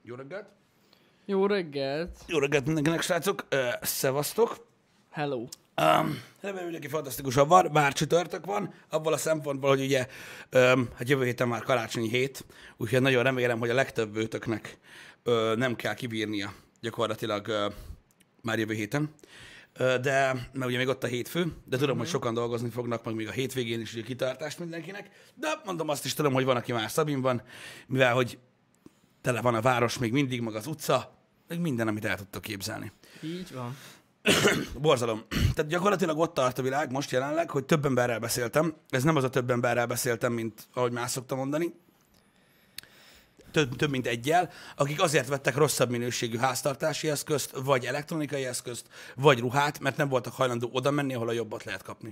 Jó reggelt! Jó reggelt! Jó reggelt mindenkinek, srácok! Szevasztok! Hello! Remélem mindenki fantasztikusan van, bár csütörtök van, abban a szempontból, hogy ugye hát jövő héten már karácsonyi hét, úgyhogy nagyon remélem, hogy a legtöbb őtöknek nem kell kibírnia gyakorlatilag már jövő héten. De, mert ugye még ott a hétfő, de tudom, hogy sokan dolgozni fognak, meg még a hétvégén is ugye kitartást mindenkinek, de mondom, azt is tudom, hogy van, aki már Szabinban, mivel hogy tele van a város még mindig, meg az utca, meg minden, amit el tudtok képzelni. Így van. Borzalom. Tehát gyakorlatilag ott tart a világ most jelenleg, hogy több emberrel beszéltem. Ez nem az a több emberrel beszéltem, mint ahogy más szoktam mondani. Több mint egyel, akik azért vettek rosszabb minőségű háztartási eszközt, vagy elektronikai eszközt, vagy ruhát, mert nem voltak hajlandó oda menni, ahol a jobbat lehet kapni.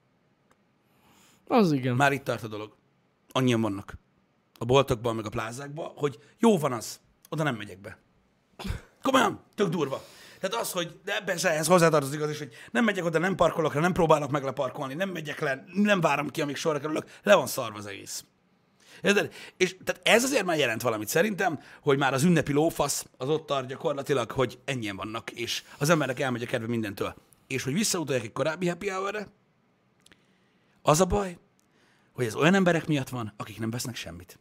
Az igen. Már itt tart a dolog. Annyian vannak. A boltokban, meg a plázákban, hogy jó van az, oda nem megyek be. Komolyan, tök durva. Tehát az, hogy de persze ehhez hozzátartozik az is, hogy nem megyek oda, nem parkolok le, nem próbálok meg leparkolni, nem megyek le, nem várom ki, amíg sorra kerülök, le van szarva az egész. Érted? És tehát ez azért már jelent valamit szerintem, hogy már az ünnepi lófasz az ott tart gyakorlatilag, hogy ennyien vannak, és az embernek elmegy a kedve mindentől. És hogy visszautolják egy korábbi happy hour-re, az a baj, hogy ez olyan emberek miatt van, akik nem vesznek semmit.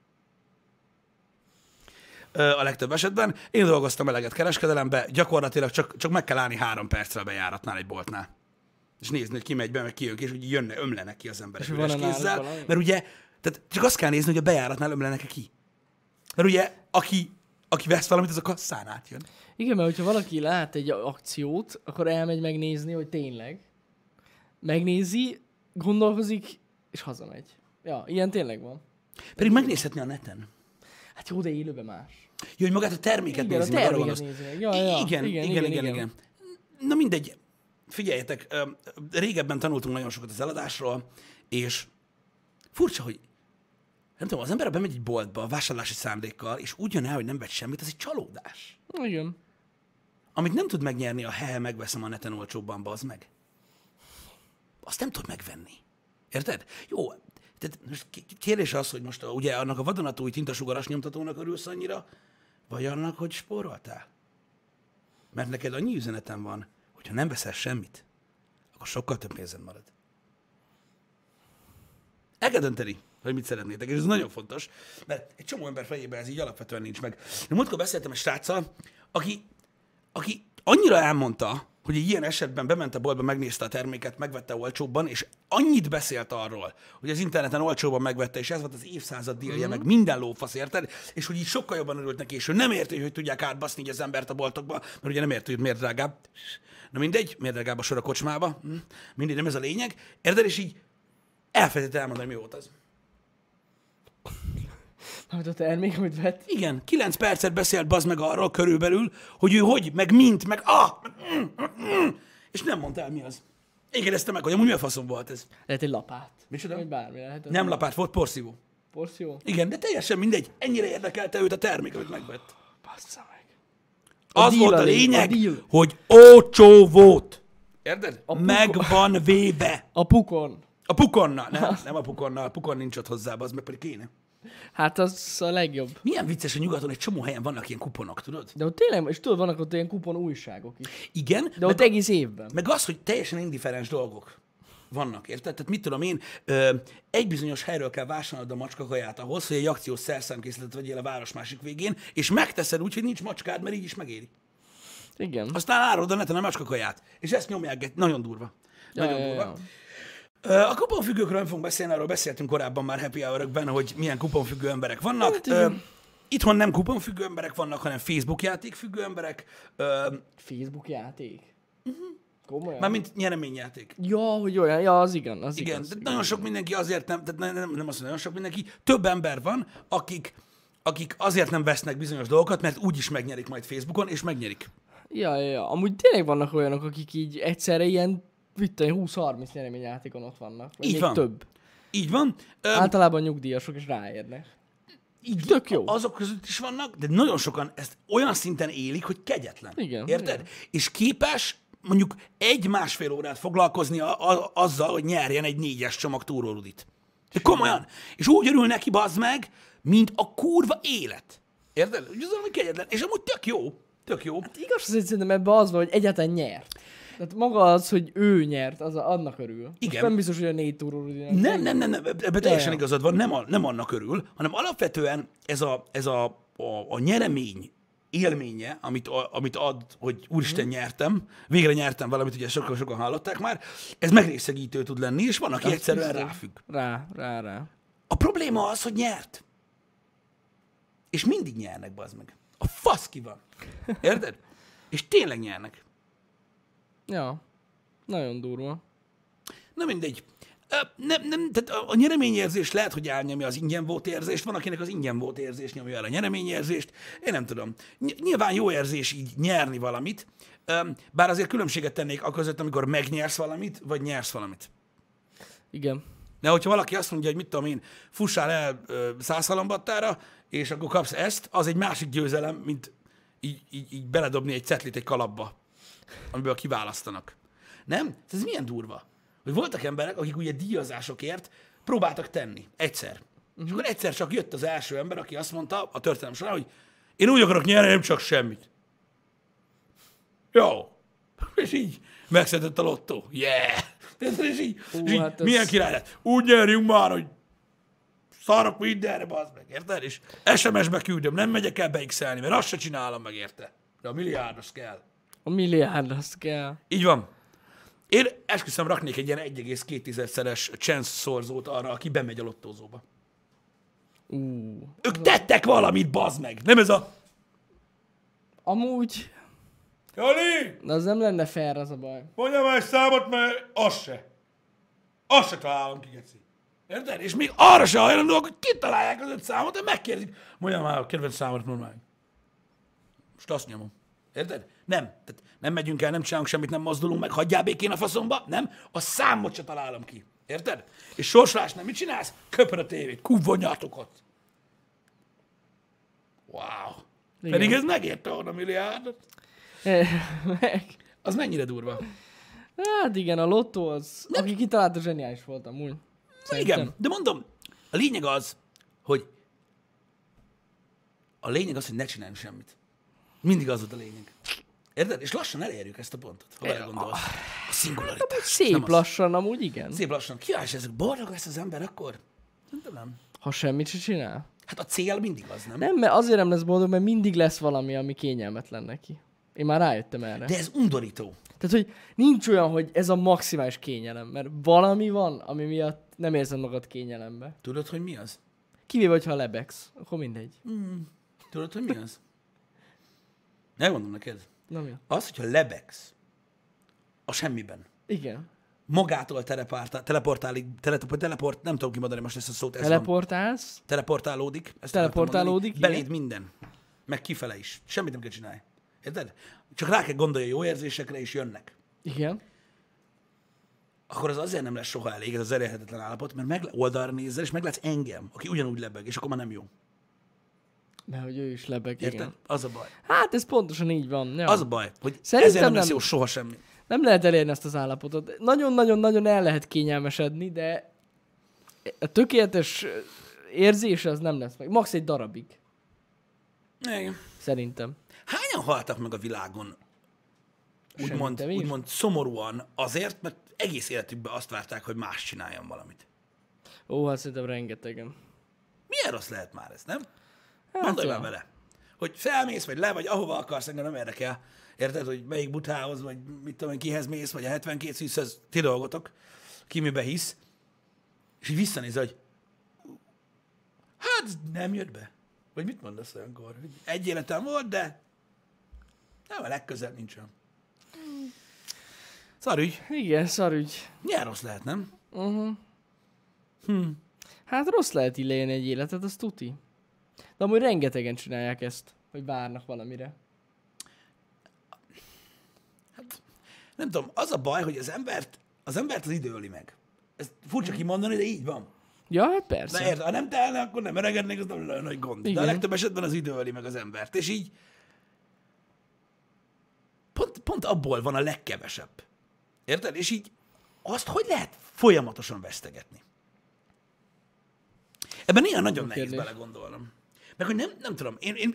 A legtöbb esetben. Én dolgoztam eleget kereskedelembe, gyakorlatilag csak meg kell állni 3 percre a bejáratnál egy boltnál. És nézni, hogy ki megy be, meg ki jön ki, és úgy ömlenek ki az emberek üres kézzel. Mert ugye, tehát csak azt kell nézni, hogy a bejáratnál ömlenek-e ki. Mert ugye, aki vesz valamit, az a kasszán átjön. Igen, mert hogyha valaki lát egy akciót, akkor elmegy megnézni, hogy tényleg. Megnézi, gondolkozik, és hazamegy. Ja, ilyen tényleg van. Pedig megnézhetni a neten. Hát jó, de élőben más. Jó, hogy magát a terméket Igen, nézi a meg, arra terméket gondolsz. nézi meg. Ja, Igen. Na mindegy. Figyeljetek, régebben tanultunk nagyon sokat az eladásról, és furcsa, hogy nem tudom, az ember bemegy egy boltba vásárlási szándékkal, és úgy jön el, hogy nem vett semmit, az egy csalódás. Igen. Amit nem tud megnyerni a megveszem a neten olcsóbban, bazd meg. Azt nem tud megvenni. Érted? Jó, tehát most kérdés az, hogy most ugye annak a vadonatúj tintasugaras nyomtatónak örülsz annyira, vagy annak, hogy spóroltál? Mert neked annyi üzenetem van, hogyha nem veszel semmit, akkor sokkal több pénzed marad. El kell dönteni, hogy mit szeretnétek, és ez nagyon fontos, mert egy csomó ember fejében ez így alapvetően nincs meg. De múltkor beszéltem egy sráccal, aki annyira elmondta, hogy egy ilyen esetben bement a boltba, megnézte a terméket, megvette olcsóbban, és annyit beszélt arról, hogy az interneten olcsóban megvette, és ez volt az évszázad dílja, meg minden lófasz, érted? És hogy így sokkal jobban örült neki, és ő nem érti, hogy tudják átbaszni az embert a boltokba, mert ugye nem érti, hogy miért drágább. Na mindegy, miért drágább a sor a kocsmába, mindegy, nem ez a lényeg. Érted? És így elfelejtett elmondani, mi volt az. Amit a termék, amit vett? Igen, 9 percet beszélt bazd meg arról körülbelül, hogy ő hogy, meg mint, meg és nem mondta el, mi az. Én kérdeztem meg, hogy amúgy mi a faszom volt ez. Lehet egy lapát. Micsoda? Vagy bármi lehet. Nem lapát, volt porszívó. Porszívó? Igen, de teljesen mindegy. Ennyire érdekelte őt a termék, amit megvett. Bassza meg. Az volt a lényeg, a hogy olcsó volt. Érted? Meg van véve. A pukon. A pukonnal. Nem a pukonnal. A pukon nincs ott hozzá, az meg pedig kéne. Hát az a legjobb. Milyen vicces, hogy nyugaton egy csomó helyen vannak ilyen kuponok, tudod? De ott tényleg, és tudod, vannak ott ilyen kupon újságok is. Igen. De ott egész évben. Meg az, hogy teljesen indiferens dolgok vannak, érted? Tehát mit tudom én, egy bizonyos helyről kell vásárolnod a macskakaját ahhoz, hogy egy akciós szerszámkészletet vegyél a város másik végén, és megteszed úgy, hogy nincs macskád, mert így is megéri. Igen. Aztán árulod a neten a macskakaját, és ezt nyomják, nagyon durva. Nagyon durva. Ja. A kuponfüggőkről nem fogunk beszélni, arról beszéltünk korábban már happy hour-ökben, hogy milyen kuponfüggő emberek vannak. Itthon nem kuponfüggő emberek vannak, hanem Facebook játék függő emberek. Facebook játék? Komolyan? Mármint nyereményjáték. Ja, hogy olyan, ja, az igen. Az Igen, igaz, de igaz. nagyon sok mindenki azért nem, tehát nem azt mondja, nagyon sok mindenki, több ember van, akik azért nem vesznek bizonyos dolgokat, mert úgyis megnyerik majd Facebookon, és megnyerik. Ja. Amúgy tényleg vannak olyanok, akik így egyszerre ilyen 20-30 nyereményjátékon ott vannak. Vagy Így még van. több. Így van. Általában nyugdíjasok is ráérnek. Így tök jó. Azok között is vannak, de nagyon sokan ezt olyan szinten élik, hogy kegyetlen. Igen, Érted? igen. És képes mondjuk 1-1,5 órát foglalkozni azzal, hogy nyerjen egy 4-es csomag túrórudit. De komolyan. És úgy örül neki, bazd meg, mint a kurva élet. Érted? Úgy az valami kegyetlen. És amúgy tök jó. Tök jó. Igaz, hogy szerintem ebben az van, hogy egyáltalán nyert. Tehát maga az, hogy ő nyert, annak örül. Most Igen. nem biztos, hogy a 4 túró Nem, ebben teljesen ja. igazad van, nem annak örül, hanem alapvetően ez a nyeremény élménye, amit ad, hogy úristen nyertem, végre nyertem valamit, ugye sokan hallották már, ez megrészegítő tud lenni, és van, aki Az egyszerűen biztos. ráfügg. Rá. A probléma az, hogy nyert. És mindig nyernek, bazd meg. A fasz ki van. Érted? És tényleg nyernek. Ja. Nagyon durva. Na mindegy. Tehát a nyereményérzés lehet, hogy elnyomja az ingyen volt érzést, van, akinek az ingyen volt érzés nyomja el a nyereményérzést, én nem tudom. Nyilván jó érzés így nyerni valamit, bár azért különbséget tennék aközött, amikor megnyersz valamit, vagy nyersz valamit. Igen. De hogyha valaki azt mondja, hogy mit tudom én, fussál el 100 halombattára, és akkor kapsz ezt, az egy másik győzelem, mint így beledobni egy cetlit egy kalapba, amiből kiválasztanak. Nem? Ez milyen durva? Hogy voltak emberek, akik ugye díjazásokért próbáltak tenni. Egyszer. És akkor egyszer csak jött az első ember, aki azt mondta a történelem során, hogy én úgy akarok nyerni, nem csak semmit. Jó. És így megszedett a lottó. Yeah! És így, hát milyen ez... király lett. Úgy nyerjünk már, hogy szarok mindenre, bazd meg, érted? És SMS-be küldöm, nem megyek el beixelni, mert azt se csinálom meg, érte. De a milliárd az kell. A milliárd, azt kell. Így van. Én esküszöm, raknék egy ilyen 1,2-szeres chance szorzót arra, aki bemegy a lottózóba. Ők tettek valamit, bazd meg! Nem ez a... Amúgy... Jani! De az nem lenne fair, az a baj. Mondjam már egy számot, mert az se. Azt se találom ki, geci. Érted? És még arra se hajlandóak, hogy kitalálják az 5 számot, de megkérdezik. Mondjam már a kedvenc számot, mondd már. Most azt nyomom. Érted? Nem. Tehát nem megyünk el, nem csinálunk semmit, nem mozdulunk meg, hagyjál békén a faszomba. Nem. A számot se találom ki. Érted? És sorsolás nem mit csinálsz? Köpöd a tévét. Kúvonjátok ott. Wow. Igen. Pedig ez megérte volna milliárdot. Meg. Az mennyire durva? Hát igen, a lottó az... Aki kitalálta, zseniális volt amúgy. Szerintem. Igen, de mondom, a lényeg az, hogy ne csináljunk semmit. Mindig az volt a lényeg. Érted? És lassan elérjük ezt a pontot, ha belegondolsz. A szingularitás. Szép lassan amúgy, igen. Szép lassan. Kíváncsi, ezek boldog lesz az ember akkor? Szerintem nem. Ha semmit se csinál. Hát a cél mindig az, nem? Nem, mert azért nem lesz boldog, mert mindig lesz valami, ami kényelmetlen neki. Én már rájöttem erre. De ez undorító. Tehát, hogy nincs olyan, hogy ez a maximális kényelem, mert valami van, ami miatt nem érzed magad kényelembe. Tudod, hogy mi az? Kivéve, hogyha lebegsz, akkor mindegy. Tudod, hogy mi az? Megmondom neked. Na mi? Az, hogyha lebegsz a semmiben, Igen. magától nem tudom kimondani most ezt a szót, ez van. Teleportálsz, Teleportálódik. Ezt Teleportálódik, beléd igen. minden. Meg kifele is. Semmit nem kell csinálni. Érted? Csak rá kell gondolni a jó érzésekre, és jönnek. igen. Akkor az azért nem lesz soha elég, ez az elérhetetlen állapot, mert oldalra nézzel, és meglátsz engem, aki ugyanúgy lebeg, és akkor már nem jó. Mert hogy ő is lebeg, Érted? igen. Az a baj. Hát ez pontosan így van. Ja. Az a baj, hogy Szerintem ezért nem lesz nem. jó soha semmi. Nem lehet elérni ezt az állapotot. Nagyon-nagyon-nagyon el lehet kényelmesedni, de a tökéletes érzés az nem lesz meg. Max egy darabig. Igen. Szerintem. Hányan haltak meg a világon Szerintem is. úgymond szomorúan azért, mert egész életükben azt várták, hogy más csináljon valamit. Ó, hát szerintem rengetegen. Milyen rossz lehet már ez, nem? Hát Gondolj ja. már vele. Hogy felmész, vagy le, vagy ahova akarsz, engem nem érdekel. Érted, hogy melyik butához, vagy mit tudom én, kihez mész, vagy a 72 szűzhez, ti dolgotok, ki mibe hisz, és így visszanéz, hogy hát nem jött be. Vagy mit mondasz olyankor? Hogy egy életem volt, de nem, a legközelebb nincs olyan. Szarügy. Igen, szarügy. Milyen rossz lehet, nem? Hát rossz lehet így leélni egy életet, az tuti. De amúgy rengetegen csinálják ezt, hogy várnak valamire. Nem tudom, az a baj, hogy az embert az idő öli meg. Ez furcsa kimondani, de így van. Ja, hát De persze. érted, ha nem telne, akkor nem öregednék, az nem lenne nagy gond. Igen. De a legtöbb esetben az idő öli meg az embert. És így pont abból van a legkevesebb. Érted? És így azt hogy lehet folyamatosan vesztegetni? Ebben néha nagyon nehéz kérdés. belegondolnom. Meg hogy nem tudom,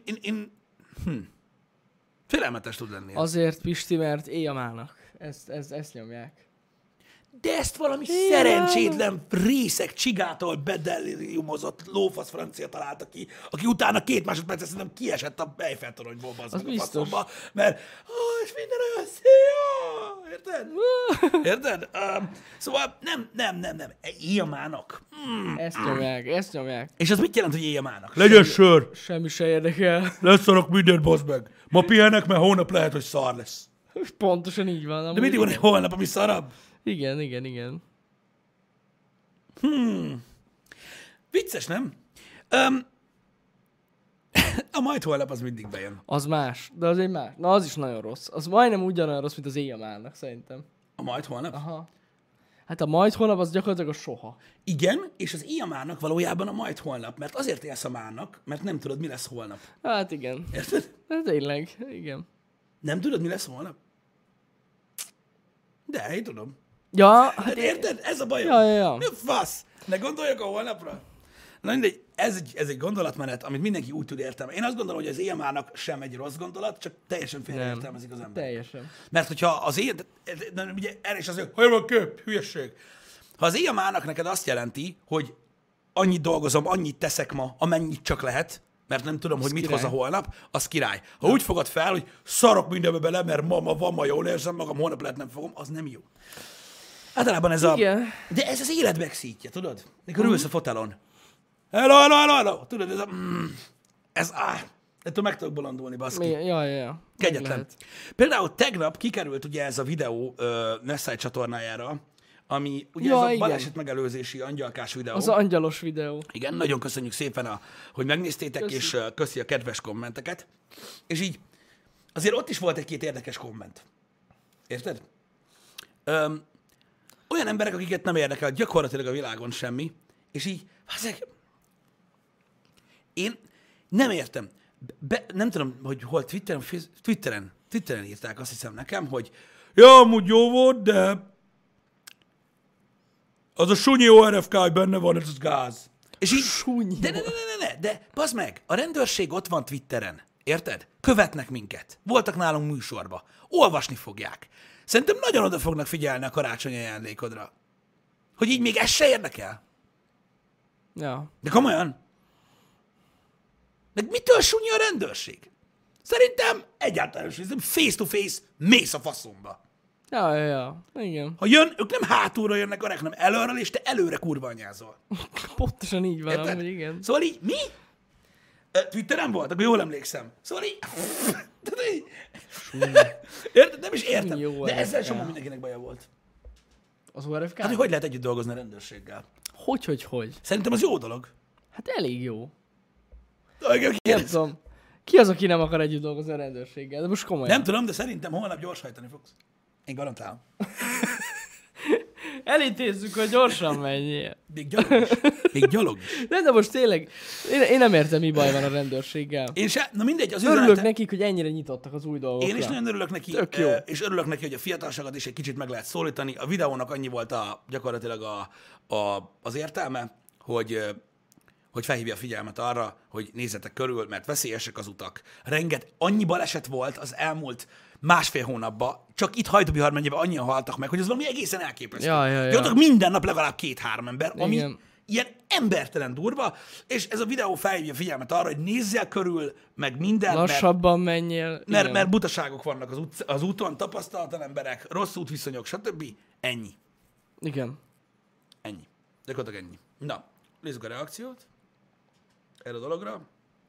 félelmetes tud lenni. Azért, Pisti, mert éjjamának. Ezt nyomják. De ezt valami szerencsétlen részek csigától bedeliriumozott lófasz francia találta ki, aki utána 2 másodpercet szerintem kiesett a Eiffel-toronyból Az biztos. faszomba, mert és minden olyan szép, érted? Érted? Szóval nem. Éjjamának. Ezt nyomják. És az mit jelent, hogy éjjamának? Legyen sör! Semmi se érdekel. Leszarok mindent, baszd meg! Ma pihenek, mert holnap lehet, hogy szar lesz. Pontosan így van. De amúgy mindig van egy igen. holnap, ami szarabb. Igen. Vicces, nem? A majd holnap az mindig bejön. Az más, de az egy más. Na, az is nagyon rossz. Az majdnem ugyanolyan rossz, mint az éjjamálnak, szerintem. A majd holnap? Aha. Hát a majd holnap az gyakorlatilag a soha. Igen, és az éjjamárnak valójában a majd holnap, mert azért élsz a márnak, mert nem tudod, mi lesz holnap. Hát igen. Érted? Hát tényleg, igen. Nem tudod, mi lesz holnap? De, én tudom. Ja, Hát hát érted? Ez a bajom. Ja. Mi a fasz? Ne gondoljak a holnapra? Na mindegy, ez egy gondolatmenet, amit mindenki úgy tud értelme. Én azt gondolom, hogy az éjjamárnak sem egy rossz gondolat, csak teljesen félreértelmezik az ember. Teljesen. Mert hogyha az ugye erre is azért, hogy van kép, hülyesség. Ha az éjjamárnak neked azt jelenti, hogy annyit dolgozom, annyit teszek ma, amennyit csak lehet, mert nem tudom, hogy mit király. hoz a holnap, az király. Ha úgy fogod fel, hogy szarok mindenbe bele, mert ma jól érzem magam, holnap lehet nem fogom, az nem jó. Általában ez Igen. De ez az élet megszítja, tudod? Mikor ülsz a fotelon. Hello. Tudod, ettől meg tudok bolondulni, baszki. Ja. Kegyetlen. Lehet. Például tegnap kikerült ugye ez a videó Nessai csatornájára, ami ugye Ja, ez a igen. baleset megelőzési angyalkás videó. Az angyalos videó. Igen, nagyon köszönjük szépen, hogy megnéztétek, Köszi. és köszi a kedves kommenteket. És így azért ott is volt egy-két érdekes komment. Érted? Olyan emberek, akiket nem érdekel gyakorlatilag a világon semmi, és így, én nem értem. Nem tudom, hogy hol Twitteren írták, azt hiszem nekem, hogy ja, amúgy jó volt, de az a sunyi ORFK, hogy benne van, ez az gáz. És így, Sunyi. de bazd meg, a rendőrség ott van Twitteren, érted? Követnek minket. Voltak nálunk műsorba. Olvasni fogják. Szerintem nagyon oda fognak figyelni a karácsonyi ajándékodra. Hogy így még ez se érdekel. Ja. De komolyan? Meg mitől sunyi a rendőrség? Szerintem egyáltalán sem. Face-to-face mész a faszomba. Ja. Igen. Ha jön, ők nem hátulra jönnek, hanem előről, és te előre kurva anyázol. Pontosan így van, Érted? amúgy igen. Szóval így, mi? Twitteren volt? Akkor jól emlékszem. Szóval így... Érted? Nem is értem. Jó De ezzel RFK. sem mindenkinek baja volt. Az ORFK? Hát, hogy lehet együtt dolgozni a rendőrséggel? Hogy? Szerintem az jó dolog. Hát elég jó. Nem Nem tudom. Ki az, aki nem akar együtt dolgozni a rendőrséggel? De most komolyan. tudom, de szerintem holnap gyorshajtani fogsz. Én garantálom. Elintézzük, hogy gyorsan menjél. Még gyalog is. De most tényleg, én nem értem, mi baj van a rendőrséggel. Én se, na mindegy, az Örülök üzenete... nekik, hogy ennyire nyitottak az új dolgokra. Én is nagyon örülök neki, Tök jó. és örülök neki, hogy a fiatalságot is egy kicsit meg lehet szólítani. A videónak annyi volt gyakorlatilag az értelme, hogy felhívja a figyelmet arra, hogy nézzetek körül, mert veszélyesek az utak. Annyi baleset volt az elmúlt 1,5 hónapban, csak itt Hajdú-Bihar megyében annyian haltak meg, hogy ez valami egészen elképesztő. Ja. Gyakorlatilag minden nap legalább 2-3 ember, ami Igen. ilyen embertelen durva, és ez a videó felhívja a figyelmet arra, hogy nézzél körül, meg minden, Lassabban menjél. Igen. mert butaságok vannak az úton, tapasztalatlan emberek, rossz útviszonyok, stb. Ennyi. Igen. Ennyi. Gyakorlatilag ennyi. Na, nézzük a reakciót erre a dologra.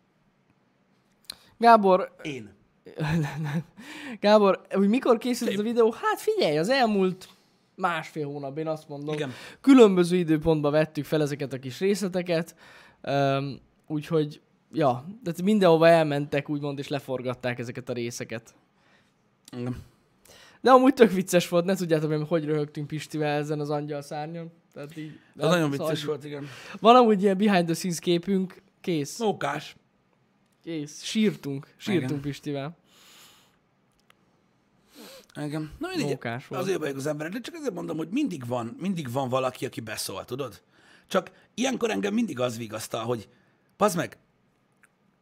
Gábor, hogy mikor készült ez a videó? Hát figyelj, az elmúlt 1,5 hónap, én azt mondom. Igen. Különböző időpontban vettük fel ezeket a kis részleteket, úgyhogy, ja, de mindenhova elmentek, úgymond, és leforgatták ezeket a részeket. Igen. De amúgy tök vicces volt, ne tudjátok, hogy röhögtünk Pistivel ezen az angyal szárnyon. Tehát így, Az nagyon vicces volt, igen. Van amúgy ilyen behind the scenes képünk, kész. Mókás. Kész. Sírtunk Igen. Pistivel. Igen. Na mindegy, Mókás volt. azért vagyok az emberek, de csak azért mondom, hogy mindig van valaki, aki beszól, tudod? Csak ilyenkor engem mindig az vigasztal, hogy bazd meg,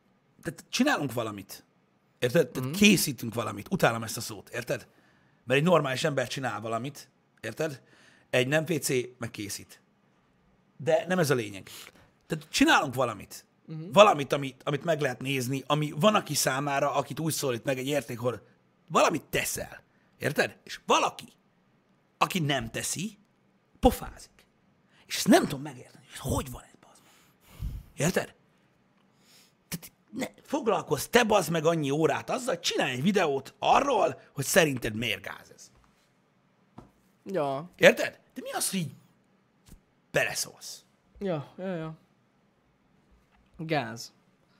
tehát csinálunk valamit. Érted? Tehát készítünk valamit. Utálom ezt a szót. Érted? Mert egy normális ember csinál valamit. Érted? Egy nem PC meg készít. De nem ez a lényeg. Tehát csinálunk valamit. Valamit, amit meg lehet nézni, ami van aki számára, akit úgy szólít meg egy értékhord. Valamit teszel. Érted? És valaki, aki nem teszi, pofázik. És ezt nem tudom megérteni. Hogy van ez, bazd meg? Érted? Tehát foglalkozz te, bazd meg annyi órát azzal, csinálj egy videót arról, hogy szerinted miért gáz ez. Ja. Érted? De mi az, hogy így beleszólsz? Ja. Gáz.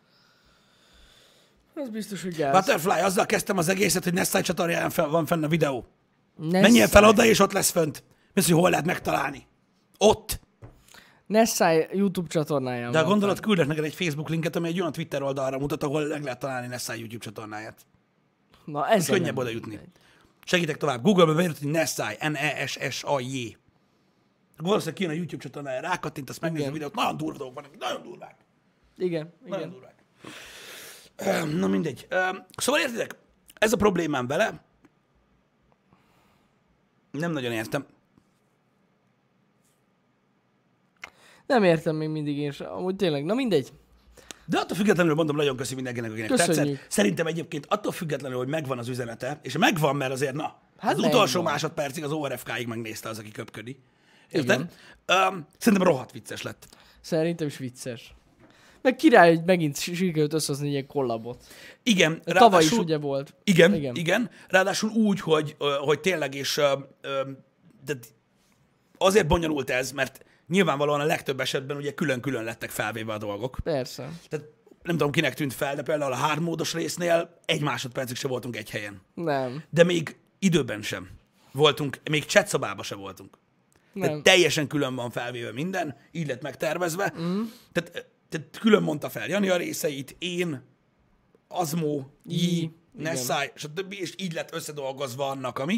Az biztos, hogy gáz. Butterfly, azzal kezdtem az egészet, hogy Nessai csatornáján van fenn a videó. Nessai. Menjél fel oda, és ott lesz fönt. Mész, hogy hol lehet megtalálni. Ott. Nessai YouTube csatornáján De a van gondolat fenn. küldök neked egy Facebook linket, ami egy olyan Twitter oldalra mutat, ahol meg lehet találni Nessai YouTube csatornáját. Na, ez Könnyebb oda jutni. Segítek tovább. Google-be beírod, hogy Nessai, Nessai. Akkor valószínűleg kijön a YouTube csatornája, rákattintasz, megnézed a videót. Nagyon durva dolgok vannak, nagyon durvák. Igen. Nagyon durvák. Na mindegy. Szóval értitek, ez a problémám vele. Nem nagyon értem. Nem értem még mindig én sem. Amúgy tényleg, na mindegy. De attól függetlenül mondom, nagyon köszi mindenkinek, akinek Köszönjük. tetszett. Szerintem egyébként attól függetlenül, hogy megvan az üzenete, és megvan, mert azért, na, Hát az utolsó megvan. másodpercig az ORFK-ig megnézte az, aki köpködi. Érted? Szerintem rohadt vicces lett. Szerintem is vicces. Meg király, hogy megint sikerült összehozni egy ilyen kollabot. Igen, Tavaly is ugye volt. Igen. Ráadásul úgy, hogy tényleg is de azért bonyolult ez, mert nyilvánvalóan a legtöbb esetben ugye külön-külön lettek felvéve a dolgok. Persze. Tehát nem tudom, kinek tűnt fel, de például a 3 módos résznél 1 másodpercig se voltunk egy helyen. Nem. De még időben sem voltunk, még chat szobában se voltunk. Tehát Nem. teljesen külön van felvéve minden, így lett megtervezve. Tehát külön mondta fel Jani a részeit, én, Azmó, Yi, Nessai, stb. És így lett összedolgozva annak, ami.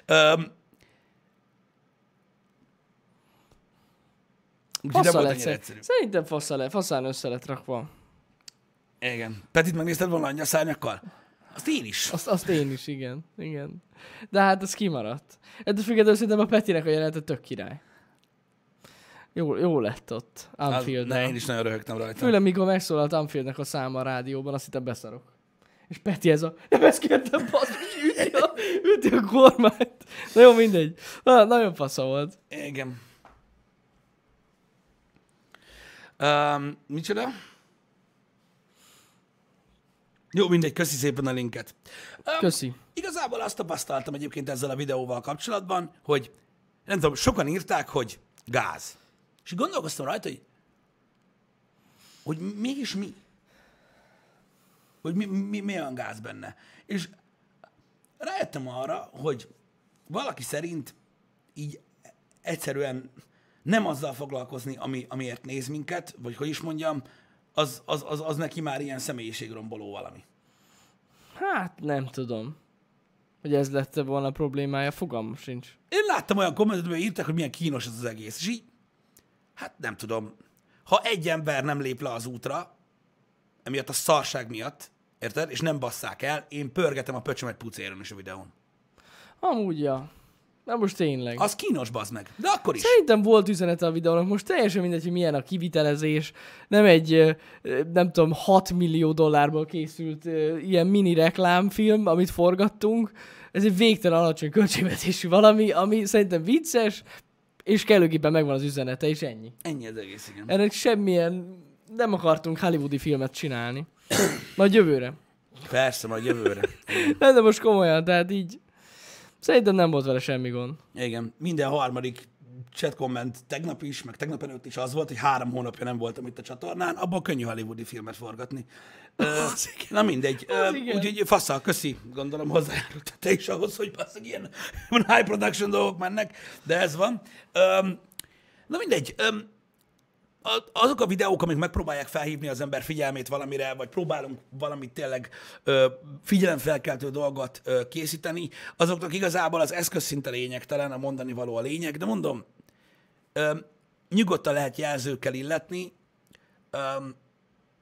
Úgyhogy nem Fasza volt lett. annyira egyszerű. Szerintem faszán össze lett rakva. Igen. Petit megnézted volna annyi a szárnyakkal? Azt én is. Azt én is, igen. De hát az kimaradt. Ettől függetlenül szerintem a Petinek a jelenete tök király. Jó lett ott. Anfield-nál. Én is nagyon röhögtem rajta. Főleg, mikor megszólalt Anfieldnek a száma a rádióban, azt hittem beszarok. És Peti ez a... Nem ezt kértem, basszus, üti a kormányt. Na jó, mindegy. Nagyon fasza volt. Igen. Micsoda? Jó, mindegy, köszi szépen a linket. Köszi. Igazából azt tapasztaltam egyébként ezzel a videóval kapcsolatban, hogy nem tudom, sokan írták, hogy gáz. És gondolkoztam rajta, hogy mégis mi? Hogy mi olyan gáz benne. És rájöttem arra, hogy valaki szerint így egyszerűen nem azzal foglalkozni, amiért néz minket, vagy hogy is mondjam, az neki már ilyen személyiségromboló valami. Hát nem tudom, hogy ez lett volna a problémája, fogalmam sincs. Én láttam olyan kommentet, hogy írták, hogy milyen kínos ez az egész. És így, hát nem tudom. Ha egy ember nem lép le az útra, emiatt a szarság miatt, érted? És nem basszák el, én pörgetem a pöcsömet pucéron is a videón. Amúgy, ja. Na most tényleg. Az kínos, bazd meg. De akkor is. Szerintem volt üzenete a videónak, most teljesen mindegy, hogy milyen a kivitelezés. Nem egy, nem tudom, 6 millió dollárból készült ilyen mini reklámfilm, amit forgattunk. Ez egy végtelen alacsony költségvetésű valami, ami szerintem vicces, és kellőképpen megvan az üzenete, és ennyi. Ennyi az egész, igen. Ennek semmilyen, nem akartunk hollywoodi filmet csinálni. Majd jövőre. Persze, majd jövőre. Nem, de most komolyan, tehát így szerintem nem volt vele semmi gond. Igen, minden harmadik chat komment tegnap is, meg tegnap előtt is az volt, hogy 3 hónapja nem voltam itt a csatornán, abból könnyű hollywoodi filmet forgatni. Na mindegy. Úgyhogy faszal, köszi, gondolom hozzájárult te is ahhoz, hogy basszak ilyen high production dolgok mennek, de ez van. Na mindegy. Azok a videók, amik megpróbálják felhívni az ember figyelmét valamire, vagy próbálunk valamit tényleg figyelemfelkeltő dolgot készíteni, azoknak igazából az eszközszinte lényegtelen, a mondani való a lényeg, de mondom, nyugodtan lehet jelzőkkel illetni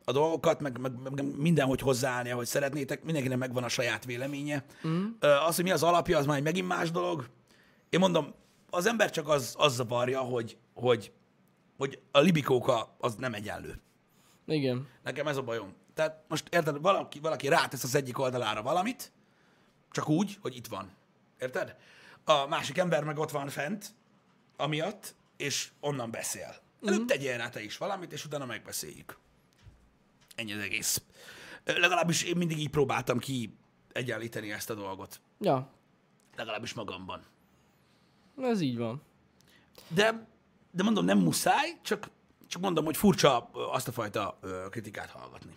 a dolgokat, meg mindenhogy hozzáállni, ahogy szeretnétek, mindenkinek megvan a saját véleménye. Az, hogy mi az alapja, az már megint más dolog. Én mondom, az ember csak az zavarja, hogy a libikóka az nem egyenlő. Igen. Nekem ez a bajom. Tehát most érted, valaki rátesz az egyik oldalára valamit, csak úgy, hogy itt van. Érted? A másik ember meg ott van fent, amiatt, és onnan beszél. Előbb tegyél rá te is valamit, és utána megbeszéljük. Ennyi az egész. Legalábbis én mindig így próbáltam ki egyenlíteni ezt a dolgot. Ja, Legalábbis magamban. ez így van. De mondom, nem muszáj, csak mondom, hogy furcsa azt a fajta kritikát hallgatni.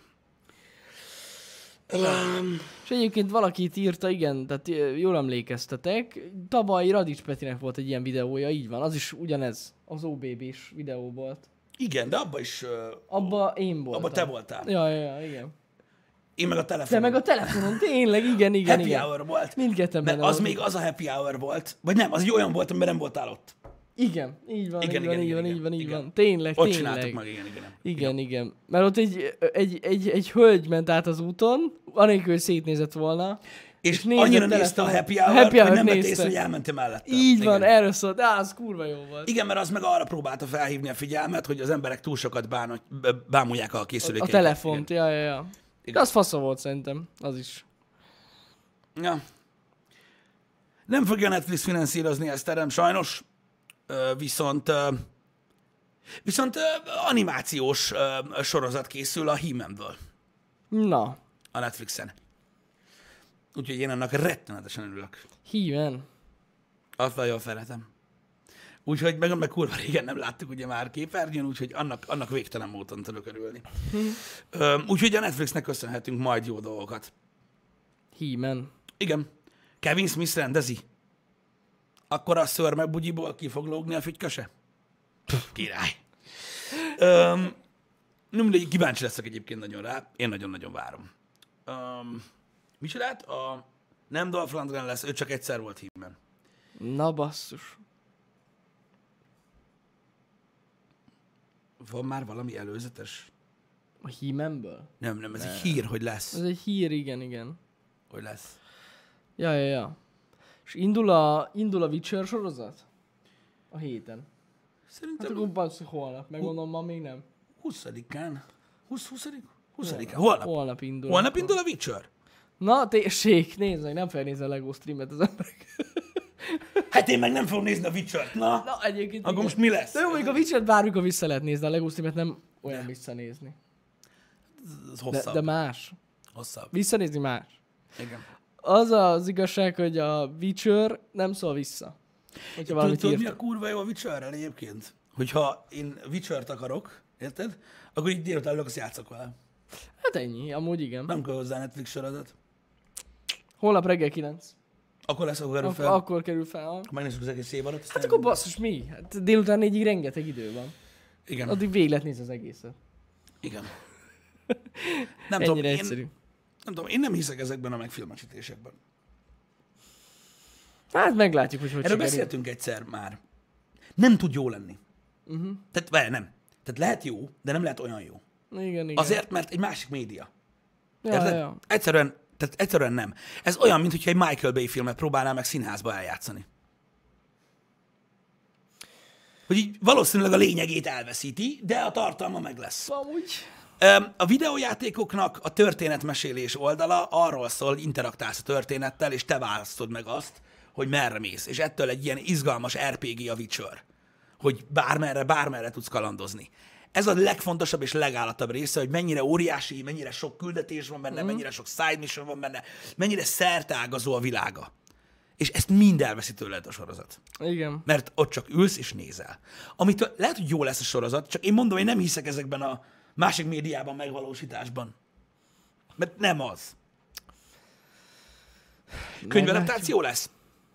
És egyébként valaki itt írta, igen, tehát jól emlékeztetek, tavaly Radics Petinek volt egy ilyen videója, így van, az is ugyanez, az OBB-s videó volt. Igen, de abba is... Abba én voltam. Abba te voltál. Ja, igen. Én meg a telefonon. Te meg a telefonon, tényleg, igen. Happy hour volt. Mindketten Mert benne az voltunk. még az a happy hour volt. Vagy nem, az egy olyan volt, amiben nem voltál ott. Igen, így van, Igen. így van. Tényleg, Ott csináltuk meg, igen. Mert ott egy hölgy ment át az úton, anélkül, hogy szétnézett volna. És nézett annyira a nézte a telefon. happy hour-t, hogy nem vett nézte. észre, hogy elmentem mellette. Így van, erről szólt. Az kurva jó volt. Igen, mert az meg arra próbálta felhívni a figyelmet, hogy az emberek túl sokat bámulják a készülékeiket. A telefont, Igen. ja. De az fasza volt szerintem, az is. Ja. Nem fogja Netflix finanszírozni ezt, terem, sajnos. Viszont animációs sorozat készül a He-Man-ből Na, a Netflixen. Úgyhogy én annak rettenetesen örülök. He-Man. Azt nagyon szeretem. Úgyhogy meg kurva régen nem láttuk ugye már képernyőn, úgyhogy annak végtelen módon tudok örülni. Úgyhogy a Netflixnek köszönhetünk majd jó dolgokat. He-Man. Igen. Kevin Smith rendezi. Akkor a szörmebugyiból ki fog lógni a fügyköse? Király. Mindegy, kíváncsi leszek egyébként nagyon rá. Én nagyon-nagyon várom. Micsodát? Nem Dolph Lundgren lesz, ő csak egyszer volt He-Man. Na basszus. Van már valami előzetes? A He-Manből? Nem, ez egy hír, hogy lesz. Ez egy hír, igen. Hogy lesz. Ja. És indul a Witcher sorozat? A héten. Hát Szerintem akkor basszus holnap, megmondom, ma még nem. 20-án. 20-án. Holnap indul. Holnap indul a Witcher? Na, tessék, nézd meg, nem felnézni a LEGO streamet az emberek. Hát én meg nem fogom nézni a Witcher-t, na? Na, egyébként Akkor igen. most mi lesz? De jó, mondjuk a Witcher-t bármikor vissza lehet nézni, a LEGO streamet nem olyan visszanézni. Ez hosszabb. De más. Hosszabb. Visszanézni más. Igen. Az az igazság, hogy a Witcher nem szól vissza. Hogyha valamit Tudod, mi írt. a kurva jó a Witcherrel egyébként? Hogyha én Witchert akarok, érted? Akkor így délután ülök, azt játszok vele. Hát ennyi, amúgy igen. Nem kell hozzá Netflix sorozat. Holnap reggel 9. Akkor lesz, akkor kerül fel. Akkor kerül fel. Akkor megnézzük az egész évadat. Hát akkor basszus, mi? Hát délután 4-ig rengeteg idő van. Igen. Addig végig lehet nézni az egészet. Igen. Nem Ennyire tudom, egyszerű. én nem hiszek ezekben a megfilmesítésekben. Hát meglátjuk, hogy Erről sikerül. beszéltünk egyszer már. Nem tud jó lenni. Tehát nem. Tehát lehet jó, de nem lehet olyan jó. Igen. Azért, mert egy másik média. Érted? Ja. Egyszerűen nem. Ez olyan, mintha egy Michael Bay filmet próbálnál meg színházba eljátszani. Hogy így valószínűleg a lényegét elveszíti, de a tartalma meg lesz. Amúgy. A videójátékoknak a történetmesélés oldala arról szól, hogy interaktálsz a történettel, és te választod meg azt, hogy merre mész. És ettől egy ilyen izgalmas RPG a Witcher, hogy bármerre tudsz kalandozni. Ez a legfontosabb és legállatabb része, hogy mennyire óriási, mennyire sok küldetés van benne, mennyire sok side mission van benne, mennyire szerteágazó a világa. És ezt mind elveszi tőled a sorozat. Igen. Mert ott csak ülsz és nézel. Amit lehet, hogy jó lesz a sorozat, csak én mondom, én nem hiszek ezekben a másik médiában megvalósításban. Mert nem az. Könyvadaptáció lesz?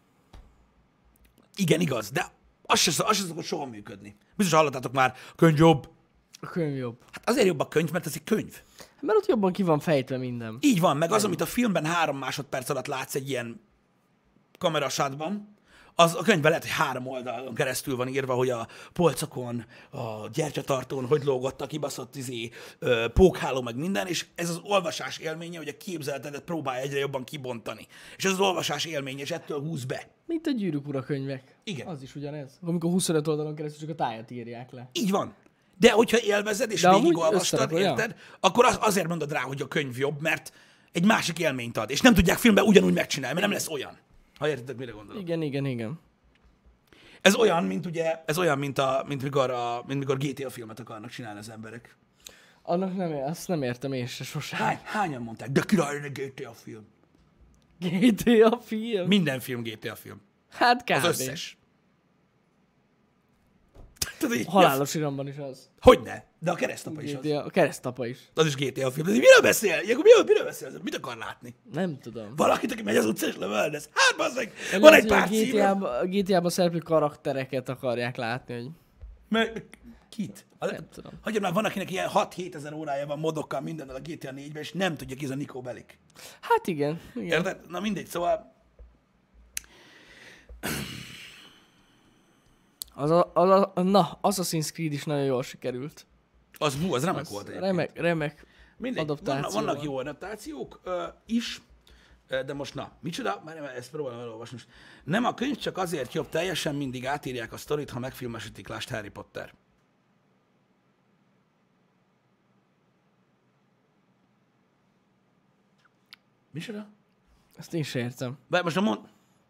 Igen, igaz, de az se szokott soha működni. Biztos hallottátok már, könyv jobb. A könyv jobb. Hát azért jobb a könyv, mert ez egy könyv. Mert ott jobban ki van fejtve minden. Így van, meg az, amit a filmben 3 másodperc alatt látsz egy ilyen kamerasátban, az a könyvben lehet, hogy 3 oldalon keresztül van írva, hogy a polcokon, a gyertyatartón hogy lógott a kibaszott pókháló, meg minden, és ez az olvasás élménye, hogy a képzeletedet próbálja egyre jobban kibontani. És ez az olvasás élménye, és ettől húz be. Mint a Gyűrűk Ura könyvek. Igen. Az is ugyanez. Amikor 25 oldalon keresztül csak a tájat írják le. Így van. De hogyha élvezed, és de végigolvastad, érted, akkor azért mondod rá, hogy a könyv jobb, mert egy másik élményt ad. És nem tudják filmben ugyanúgy megcsinálni, mert nem lesz olyan. Ha értitek, mire gondolok. Igen. Ez olyan, mint ugye, mint mikor GTA filmet akarnak csinálni az emberek. Azt nem értem én se sosem. Hányan mondták, de király a GTA film. GTA film? Minden film GTA film. Hát kb. Az összes. Halálos iramban is az. Hogyne? De a keresztapa is az. A keresztapa is. Az is GTA film. De miről beszél? Miről beszél? Mit akar látni? Nem tudom. Valakit, aki megy az utcán és lövöldez. Hát bazzeg, van egy pár címe. A GTA-ban szereplő karaktereket akarják látni, hogy... Kit? Nem tudom. Hagyjam már, van, akinek ilyen 6-7 ezer órája van modokkal mindennel a GTA 4-ben, és nem tudja ki ez a Nico Bellic. Hát igen. Érted? Na mindegy, szóval... Assassin's Creed is nagyon jól sikerült. Az remek volt egyébként. Remek mindegy, adaptáció. vannak jó adaptációk is, de most micsoda? Már ezt próbálom elolvasni most. Nem, a könyv csak azért jobb, teljesen mindig átírják a sztorit, ha megfilmesítik, lásd Harry Potter. Micsoda? Ezt én sem értem. Bár most mond...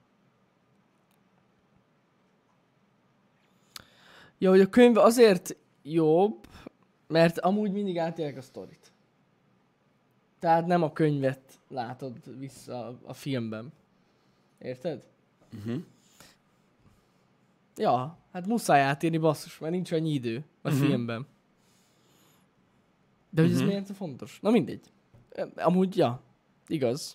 Ja, hogy a könyv azért jobb, mert amúgy mindig átélek a sztorit. Tehát nem a könyvet látod vissza a filmben. Érted? Uh-huh. Ja, hát muszáj átírni, basszus, mert nincs annyi idő a filmben. De hogy ez miért fontos? Na mindegy. Amúgy, ja, igaz.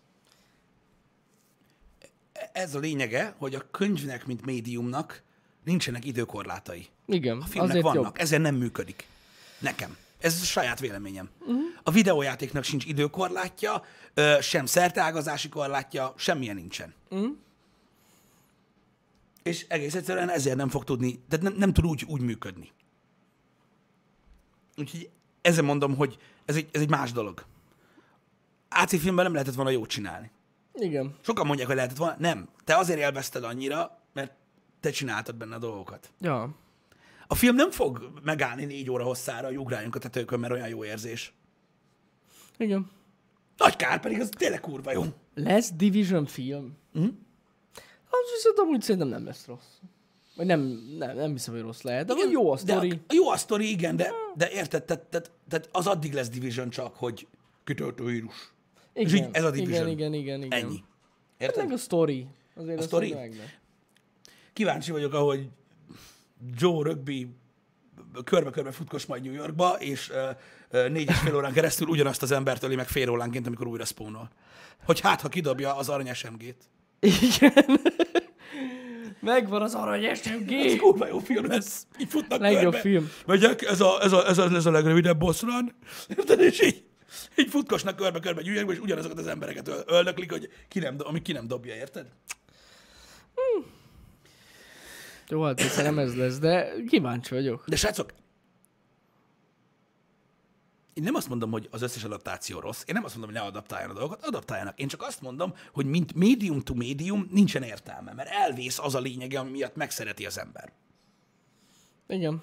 Ez a lényege, hogy a könyvnek, mint médiumnak nincsenek időkorlátai. Igen, A filmnek azért vannak, jobb. ezért nem működik. Nekem. Ez a saját véleményem. A videójátéknak sincs időkorlátja, sem szerteágazási korlátja, semmilyen nincsen. És egész egyszerűen ezért nem fog tudni, tehát nem tud úgy működni. Úgyhogy ezzel mondom, hogy ez egy más dolog. AC filmben nem lehetett volna jót csinálni. Igen. Sokan mondják, hogy lehetett volna. Nem. Te azért élvezted annyira, mert te csináltad benne a dolgokat. Ja. A film nem fog megállni 4 óra hosszára, hogy ugráljunk a tetőkön, mert olyan jó érzés. Igen. Nagy kár, pedig az tényleg kurva jó. Lesz Division film? Az viszont amúgy szerintem nem lesz rossz. Vagy nem hiszem, hogy rossz lehet. De igen, jó a sztori. Jó a sztori, igen, de érted, tehát az addig lesz Division csak, hogy kitöltő vírus. És így ez a Division. Igen. Ennyi. Hát Érted? meg a sztori. Azért A sztori? Kíváncsi vagyok, ahogy Joe Rugby körbe-körbe futkos majd New Yorkba, és 4,5 órán keresztül ugyanazt az embert öli meg fél óránként, amikor újra spawnol. Hogy ha kidobja az arany SMG-t. Igen. Megvan az arany SMG. Ez kurva jó film lesz. Így futnak legjobb körbe. film. Megyek, ez a legrövidebb boss run. Érted? És így futkosnak körbe-körbe New Yorkba, és ugyanazokat az embereket öldöklik, hogy amíg ki nem dobja, érted? Jó, hát hiszen nem ez lesz, de kíváncsi vagyok. De srácok, én nem azt mondom, hogy az összes adaptáció rossz, én nem azt mondom, hogy ne adaptáljanak a dolgokat, adaptáljanak. Én csak azt mondom, hogy mint médium to médium nincsen értelme, mert elvész az a lényege, ami miatt megszereti az ember. Igen.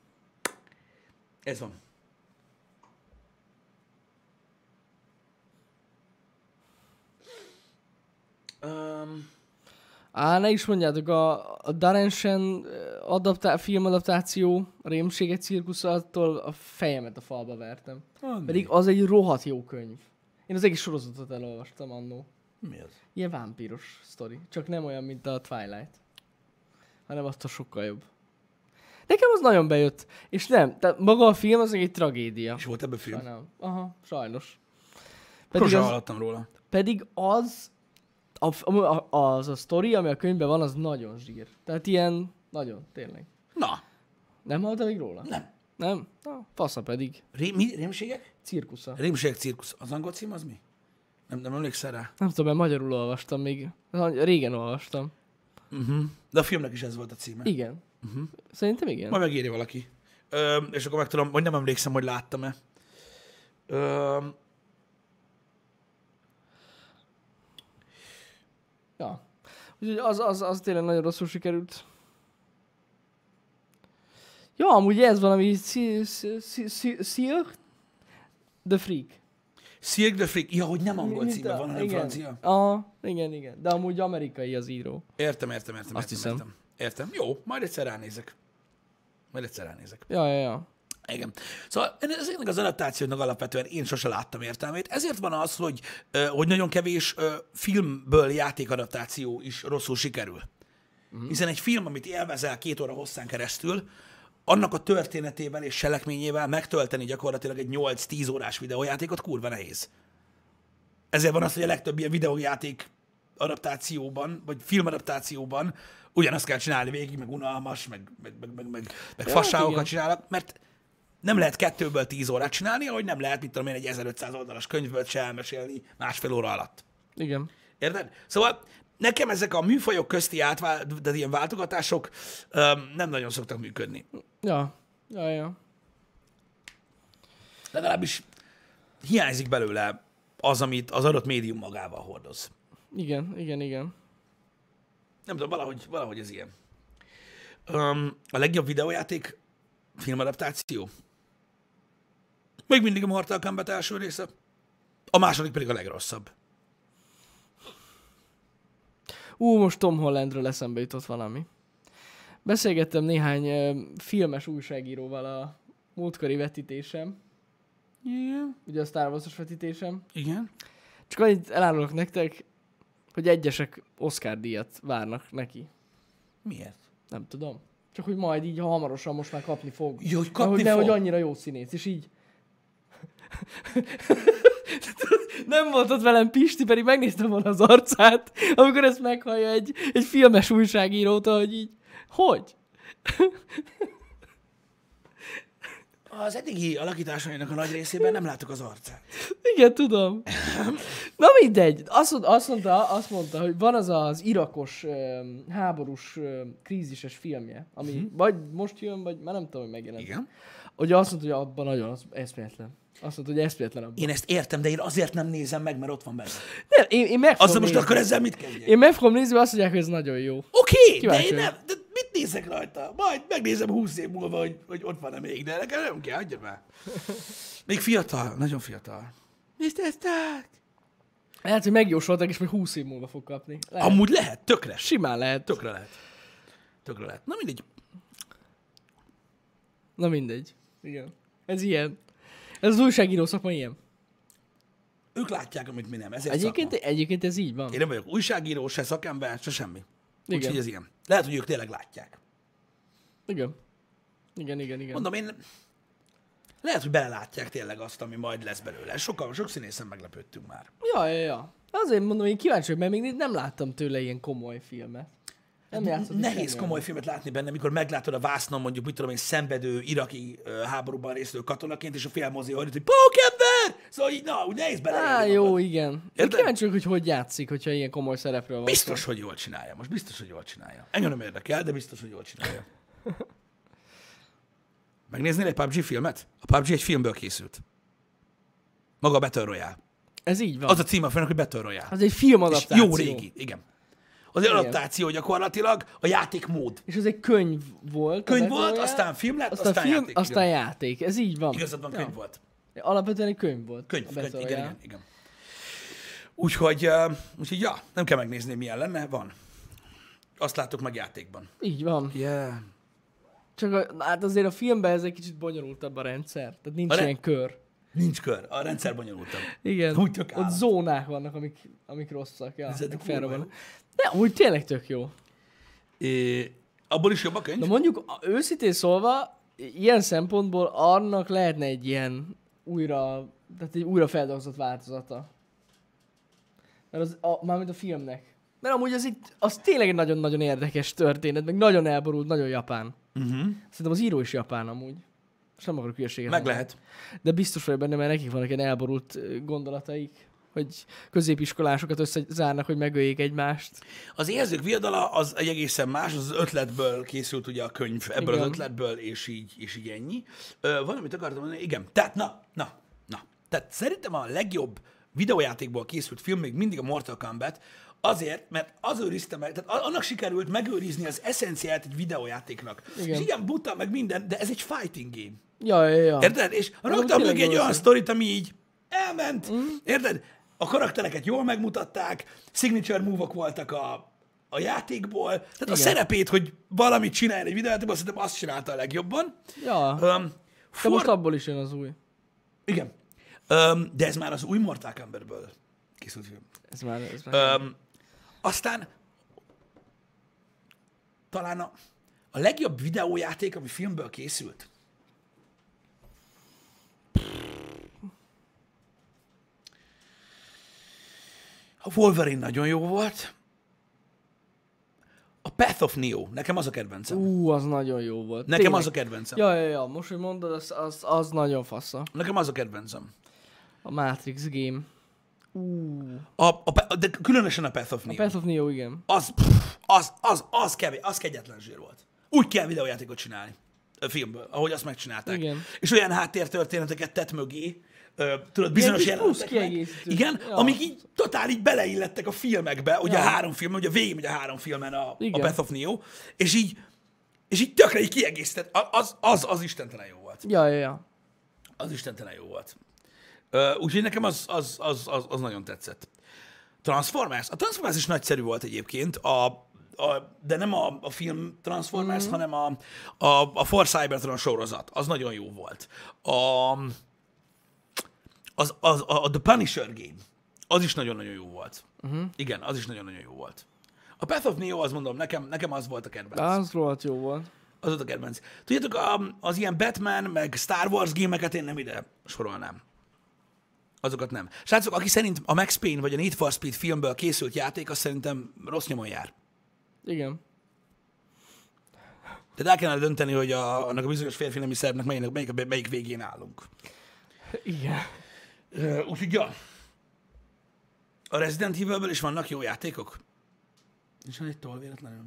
Ez van. Ne is mondjátok, a Darensen filmadaptáció, a Rémségek cirkusza, attól a fejemet a falba vertem. Pedig az egy rohadt jó könyv. Én az egész sorozatot elolvastam annó. Mi az? Ilyen vámpíros sztori. Csak nem olyan, mint a Twilight. Hanem attól sokkal jobb. Nekem az nagyon bejött. És nem, tehát maga a film az egy tragédia. És volt ebben film? Sajnálom. Aha, sajnos. Sose hallottam róla. Pedig az a sztori, ami a könyvben van, az nagyon zsír. Tehát ilyen, nagyon, tényleg. Na. Nem hallottam még róla? Nem. Nem? Na, fasza pedig. Rémségek? Cirkusza. Rémségek cirkusz. Az angol cím az mi? Nem emlékszel rá? Nem tudom, mert magyarul olvastam még. Régen olvastam. De a filmnek is ez volt a címe. Igen. Szerintem igen. Majd megírja valaki. És akkor megtudom, hogy nem emlékszem, hogy láttam-e. Ja. Úgyhogy az tényleg nagyon rosszul sikerült. Ja, amúgy ez valami Cirque de Freak. Cirque de Freak. Ja, hogy nem angol Mint címe van, hanem igen. francia. Igen. De amúgy amerikai az író. Értem. hiszem. Értem. Jó, majd egyszer ránézek. Ja. Igen. Szóval ezeknek az adaptációknak alapvetően én sose láttam értelmét. Ezért van az, hogy nagyon kevés filmből játékadaptáció is rosszul sikerül. Hiszen egy film, amit élvezel 2 óra hosszán keresztül, annak a történetével és selekményével megtölteni gyakorlatilag egy 8-10 órás videójátékot kurva nehéz. Ezért van az, hogy a legtöbb ilyen videójáték adaptációban, vagy filmadaptációban ugyanazt kell csinálni végig, meg unalmas, meg fasságokat csinálnak, mert nem lehet 2-ből 10 órát csinálni, ahogy nem lehet, mit tudom én, egy 1500 oldalas könyvből se elmesélni 1,5 óra alatt. Igen. Érted? Szóval nekem ezek a műfajok közti de ilyen váltogatások nem nagyon szoktak működni. Ja. Legalábbis hiányzik belőle az, amit az adott médium magával hordoz. Igen. Nem tudom, valahogy ez ilyen. A legjobb videójáték filmadaptáció? Még mindig a Mortal Kombat első része. A második pedig a legrosszabb. Most Tom Hollandről eszembe jutott valami. Beszélgettem néhány filmes újságíróval a múltkori vetítésem. Igen. Ugye a Star Wars-os vetítésem. Igen. Csak annyit elárulok nektek, hogy egyesek Oscar-díjat várnak neki. Miért? Nem tudom. Csak hogy majd így hamarosan most már kapni fog. Jó, hogy kapni fog? Nehogy annyira jó színész, és így... Nem volt ott velem Pisti, pedig megnéztem volna az arcát, amikor ezt meghallja egy filmes újságírótól, hogy így... Hogy? Az eddigi alakításainak a nagy részében nem látok az arcát. Igen, tudom. Na mindegy. Azt mondta, hogy van az irakos háborús krízises filmje, ami vagy most jön, vagy már nem tudom, hogy megjelent. Igen. Ugye azt mondta, hogy abban nagyon eszméletlen. Azt mondta, hogy eszméletlen abban. Én ezt értem, de én azért nem nézem meg, mert ott van benne. Nem, én meg fogom Azzal most nézni. akkor ezzel mit kezdjek? Én meg fogom nézni, mert azt mondják, hogy ez nagyon jó. Oké, de Kíváncsi én vagyok. nem. De mit nézek rajta? Majd megnézem 20 év múlva, hogy ott van-e még, de nekem nem kell, hagyja már. Még fiatal, nagyon fiatal. Mr. Stark! Lehet, hogy megjósoltak, és még 20 év múlva fog kapni. Lehet. Amúgy lehet, tökre. Simán lehet. Tökre lehet. Na mindegy. Na mindegy. Igen. Ez ilyen. Ez az újságíró szakma ilyen. Ők látják, amit mi nem. Ezért szakma. Egyébként ez így van. Én nem vagyok újságíró, se szakember, se semmi. Igen. Úgyhogy ez ilyen. Lehet, hogy ők tényleg látják. Igen. Mondom, én lehet, hogy belelátják tényleg azt, ami majd lesz belőle. Sok színészen meglepődtünk már. Ja. Azért mondom, én kíváncsi vagyok, mert még nem láttam tőle ilyen komoly filmet. Nem játszott Nehéz semmi komoly filmet látni benne, mikor meglátod a vásznon mondjuk, mit tudom én, szenvedő iraki háborúban résztvevő katonaként, és a félmozi hordít, hogy pókember! Szóval így, na, úgy nehéz bele. Jó, igen. Én Érted? kíváncsi vagyok, hogy játszik, hogyha ilyen komoly szerepről van. Biztos, hogy jól csinálja. Most biztos, hogy jól csinálja. Engem nem érdekel, de biztos, hogy jól csinálja. Megnéznél egy PUBG filmet? A PUBG egy filmből készült. Maga a Battle Royale. Ez így van. Az a címe a filmnek, hogy Battle Royale. Az egy filmadaptáció. Jó régi, igen. Az egy adaptáció gyakorlatilag, a játékmód. És az egy könyv volt. Könyv volt, aztán film lett, aztán játék. Aztán játék. Ez így van. Igazad van, könyv volt. Alapvetően egy könyv volt. Könyv, a Battle Royale. igen. Úgyhogy, ja, nem kell megnézni, milyen lenne, van. Azt látok meg játékban. Így van. Yeah. Csak hát azért a filmben ez egy kicsit bonyolultabb a rendszer. Tehát nincs ilyen kör. Nincs kör. A rendszer bonyolultabb. Igen. Úgy tök ott állat. zónák vannak, amik rosszak. Ja, Ez meg kurva felrobbannak. De úgy tényleg tök jó. Abból is jobb a könyv? Na mondjuk, őszintén szólva, ilyen szempontból annak lehetne egy ilyen tehát egy újra feldolgozott változata. Mert mármint a filmnek. Mert amúgy az tényleg egy nagyon-nagyon érdekes történet, meg nagyon elborult, nagyon japán. Szerintem az író is japán amúgy. Most nem akarok hülyeséget Meg mondani. lehet. De biztos vagyok benne, mert nekik vannak ilyen elborult gondolataik. hogy középiskolásokat összezárnak, hogy megöljék egymást. Az Érzők viadala az egy egészen más, az ötletből készült ugye a könyv, ebből Igen. az ötletből, és így ennyi. Valamit akartam mondani, igen. Tehát, na. Tehát szerintem a legjobb videójátékból készült film még mindig a Mortal Kombat, azért, mert az őrizte meg, tehát annak sikerült megőrizni az eszenciáját egy videójátéknak. Igen. És igen, buta, meg minden, de ez egy fighting game. Ja. Érted? És raktam tényleg meg egy jó olyan össze. sztorit, ami így elment. Érted? A karaktereket jól megmutatták, signature move-ok voltak a játékból. Tehát a Igen. szerepét, hogy valamit csinálj egy videójátékban, szerintem azt csinálta a legjobban. Ja. De most abból is jön az új. Igen. De ez már az új Mortal Kombatből készült film. Ez már... Aztán talán a legjobb videójáték, ami filmből készült. A Wolverine nagyon jó volt. A Path of Neo, nekem az a kedvencem. az nagyon jó volt. Nekem Tényleg. az a kedvencem. Ja. Most, hogy mondod, az nagyon fassza. Nekem az a kedvencem. A Matrix game. De különösen a Path of A Neo. Path of Neo, igen. Az kegyetlen zsír volt. Úgy kell videójátékot csinálni a filmből, ahogy azt megcsinálták. Igen. És olyan háttértörténeteket tett mögé, tudod, bizonyos kis plusz jelenetek meg, kiegészítő. igen, Ja. amik így totál így beleillettek a filmekbe, ugye Ja. a 3 filmben, ugye végig megy a 3 filmen a Igen. Path of Neo, és így tökre így kiegészített. Az istentelen jó volt. Ja. Az istentelen jó volt. Úgyhogy nekem az nagyon tetszett. Transformers? A Transformers is nagyszerű volt egyébként, de nem a film Transformers, hanem a For Cybertron sorozat. Az nagyon jó volt. A The Punisher game, az is nagyon-nagyon jó volt. Igen, az is nagyon-nagyon jó volt. A Path of Neo, azt mondom, nekem az volt a kedvenc. Az rohadt jó volt. Az volt a kedvenc. Tudjátok, az ilyen Batman, meg Star Wars gémeket én nem ide sorolnám. Azokat nem. Srácok, aki szerint a Max Payne vagy a Need for Speed filmből készült játék, az szerintem rossz nyomon jár. Igen. Tehát el kellene dönteni, hogy annak a bizonyos férfi nemi szervnek melyik végén állunk. Igen. Úgyhogy ja. A Resident Evilből is vannak jó játékok? És van egy toll véletlenül.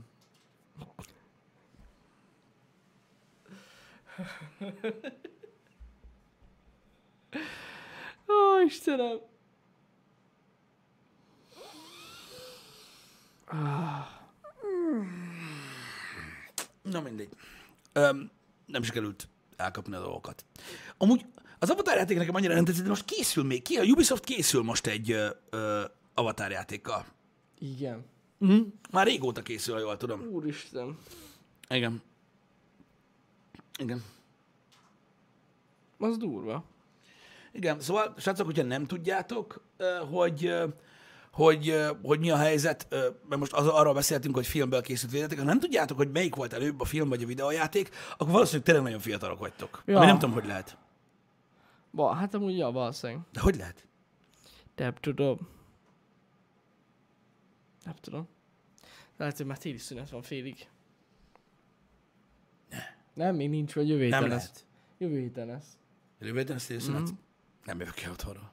Ó, Istenem. Na mindegy. Nem sikerült elkapni a dolgokat. Amúgy az Avatar játék nekem annyira nem tetszett, de most készül még ki. A Ubisoft készül most egy Avatar játékkal. Igen. Már régóta készül, ha jól tudom. Úristen. Igen. Igen. Az durva. Igen, szóval, srácok, hogyha nem tudjátok, hogy mi a helyzet, mert most arról beszéltünk, hogy filmből készült videójáték, ha nem tudjátok, hogy melyik volt előbb, a film vagy a videójáték, akkor valószínűleg tényleg nagyon fiatalok vagytok. Ja. Ami nem tudom, hogy lehet. Hát amúgy ja, valószínűleg. De hogy lehet? Nem tudom. Nem tudom. Lehet, hogy már téli szünet van félig. Nem, még nincs, vagy jövő héten Nem lesz. lehet. Jövő héten lesz. Jövő héten ezt szünet? Nem jövök ki otthonról.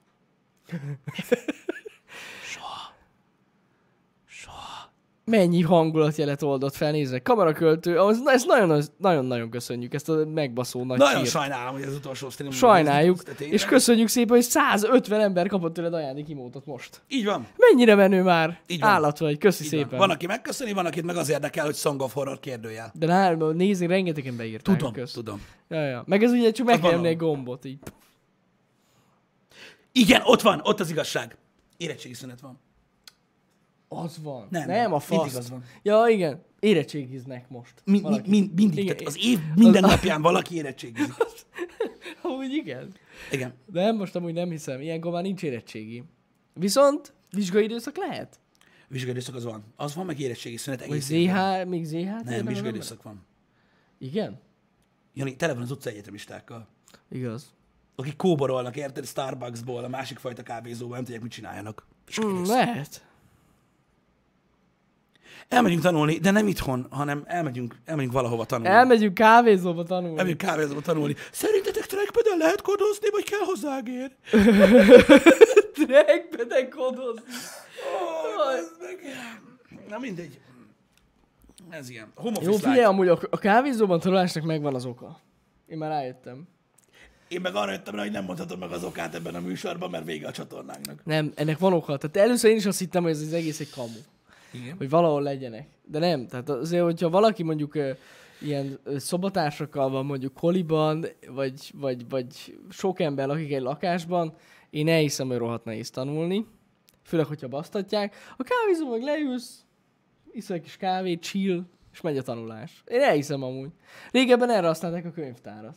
Soha. Mennyi hangulatjelet oldott fel, nézzek. Kameraköltő, ezt nagyon-nagyon köszönjük, ezt a megbaszó nagy Nagyon hírt. sajnálom, hogy az utolsó stream. Sajnáljuk, és köszönjük szépen, hogy 150 ember kapott tőled ajándékimótot most. Így van. Mennyire menő már? Így van. Állat vagy, köszi Így szépen. van. Van, aki megköszöni, van, akit meg az érdekel, hogy Song of Horror kérdőjel. De nézni, rengetegen beírták. Tudom, kösz. tudom. Ja. Meg ez ugye csak meg Az kell van nyomni egy gombot így. Igen, ott van, ott az igazság. Érettségi szünet van. Az van. Nem, Nem a mindig fasz. az van. Ja, igen. Érettségiznek most. valaki. Mindig, Igen. tehát az év minden napján valaki érettségizik. Amúgy igen. Igen. De most amúgy nem hiszem. Ilyenkor már nincs érettségi. Viszont vizsgai időszak lehet? Vizsgai időszak az van. Az van, meg érettségi szünet Vagy egész évben. még ZH? Nem, vizsgai időszak van. Igen? Jani, tele van az utca egyetemistákkal, Igaz. akik kóborolnak, érted, Starbucksból, a másik fajta kávézóból, nem tudják, mit csináljanak. Vizsgai időszak. Lehet. Elmegyünk tanulni, de nem itthon, hanem elmegyünk valahova tanulni. Elmegyünk kávézóba tanulni. Elmegyünk kávézóba tanulni. Szerintetek trackpaden lehet kodozni, vagy kell hozzá gér? Dragbe dekodozni. Na mindegy. Ez ilyen. Home Jó, office figyelj, light. amúgy a kávézóban tanulásnak megvan az oka. Én már rájöttem. Én meg arra jöttem rá, hogy nem mondhatom meg az okát ebben a műsorban, mert vége a csatornánknak. Nem, ennek van oka. Tehát először én is azt hittem, hogy ez az egész egy kamu. Igen. Hogy valahol legyenek. De nem. Tehát azért, hogyha valaki mondjuk ilyen szobatársakkal van mondjuk koliban, vagy sok ember lakik egy lakásban, én elhiszem, hogy rohadt nehéz tanulni. Főleg, hogyha basztatják. A kávézó meg leülsz, iszol egy kis kávét, chill, és megy a tanulás. Én elhiszem amúgy. Régebben erre használták a könyvtárat.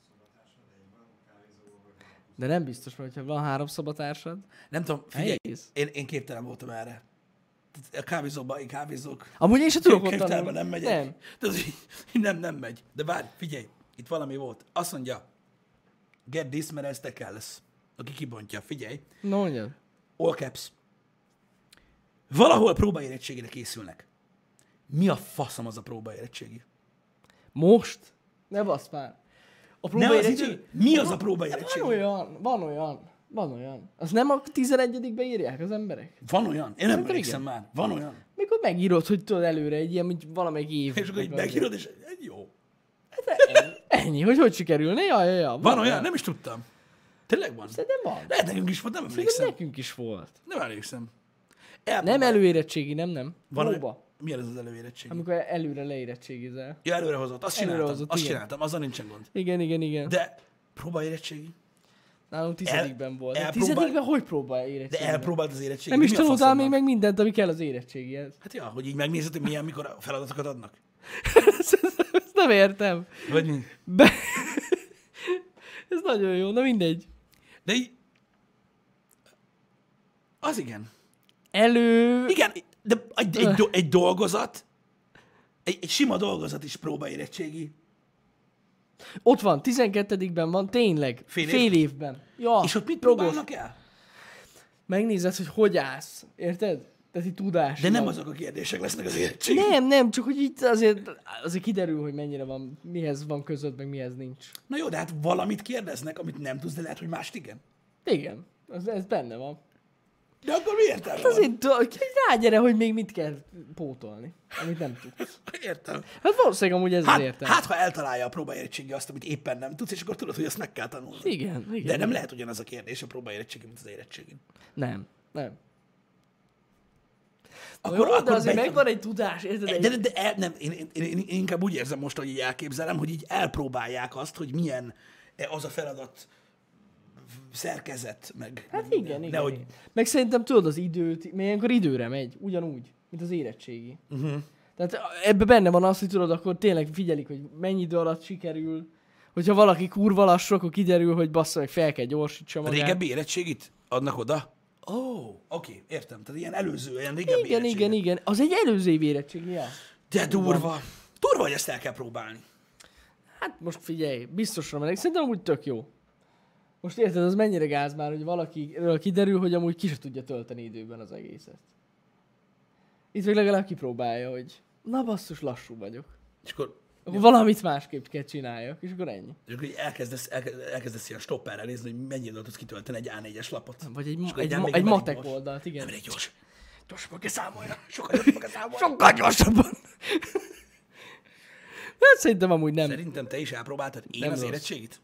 De nem biztos, mert ha van 3 szobatársad. Nem tudom, figyelj, Nehéz. én képtelen voltam erre. A kávézóban, kávézók. Amúgy én sem tudok ott Könyvtárban tanulni. nem megyek. Nem. Tehát, így nem megy. De várj, figyelj, itt valami volt. Azt mondja, get this, mert ez te kell lesz. Aki kibontja, figyelj. No, mondjad. All caps. Valahol próbaérettségére készülnek. Mi a faszom az a próbaérettségi? Most? Ne basz már. A Ne az próbaérettség- idő? Mi az a próbaérettségi? Van olyan. Az nem a 11-be írják az emberek? Van olyan? Én nem Szerintem emlékszem igen. már. Van olyan. Mikor megírod, hogy tudod előre egy ilyen, mint valamelyik év. És akkor így vagy megírod, és jó. Ennyi, hogy sikerülne? Ja. Van olyan? Nem is tudtam. Tényleg van? Szerintem van. Lehet nekünk is volt, nem Szerintem emlékszem. nekünk is volt. Nem emlékszem. Nem előérettségi, nem. Van Próba. Mi az előérettség? Amikor előre leérettségizel. Ja, előre hozott. Azt Előre csináltam. hozott, Azt igen. csináltam. Azzal nincsen gond. Igen. De próbaérettségi? Nálunk 10-ben volt. De elpróbál- 10-ben hogy próbál De érettségi? elpróbáld az érettségi? Nem is Mi a tanultál faszom még van? meg mindent, ami kell az érettségihez. Hát ja, hogy így megnézed, hogy milyen, mikor a feladatokat adnak. Ezt nem értem. Vagy mi? Ez nagyon jó, na mindegy. De így... Az igen. Igen, de egy dolgozat, egy sima dolgozat is próbaérettségi. Ott van, 12-ben van, tényleg. Fél év? Fél évben. Ja, És ott mit jogos. próbálnak el? Megnézed, hogy állsz. Érted? Tehát így tudás. De nem azok a kérdések lesznek az érettségi. Nem, csak hogy itt azért kiderül, hogy mennyire van, mihez van között, meg mihez nincs. Na jó, de hát valamit kérdeznek, amit nem tudsz, de lehet, hogy mást igen. Igen, ez benne van. De akkor mi értelme Hát van? azért rágyere, hogy még mit kell pótolni, amit nem tudsz. Értem. Hát valószínűleg amúgy ez az értelme. Hát, ha eltalálja a próbaérettségi azt, amit éppen nem tudsz, és akkor tudod, hogy azt meg kell tanulni. Igen. De nem lehet ugyanaz a kérdés a próbaérettségi, mint az érettségin. Nem. Akkor, Jó, de azért begy- megvan egy tudás, érted? Nem, én inkább úgy érzem most, hogy így elképzelem, hogy így elpróbálják azt, hogy milyen az a feladat szerkezet, meg... Hát meg igen. Nehogy, Meg szerintem tudod az időt, mert ilyenkor időre megy, ugyanúgy, mint az érettségi. Tehát ebben benne van az, hogy tudod, akkor tényleg figyelik, hogy mennyi idő alatt sikerül. Hogyha valaki kurva lassú, akkor kiderül, hogy bassza, meg fel kell gyorsítsa a magát. régebbi érettségit adnak oda? Oké, értem. Tehát ilyen előző, ilyen régebbi érettségi. Igen. Az egy előző év érettségi, ja. De durva. Durva, hogy ezt el kell próbálni. Hát most figyelj, biztosra mennek. Szerintem amúgy tök jó. Most érted, az mennyire gáz már, hogy valakiről kiderül, hogy amúgy ki se tudja tölteni időben az egészet. Itt meg legalább kipróbálja, hogy na basszus, lassú vagyok. És akkor Valamit másképp kell csináljak, és akkor ennyi. És akkor így elkezdesz ilyen stopperrel nézni, hogy mennyi időt tudsz kitölteni egy A4-es lapot. Vagy És akkor egy elég matek gyors. oldalt, igen. Nem elég gyors. Gyorsabban kell számolni. Sokkal gyorsabban kell számolni. Sokkal gyorsabban. Hát szerintem amúgy nem. Szerintem te is elpróbáltad én Nem az rossz. érettségit?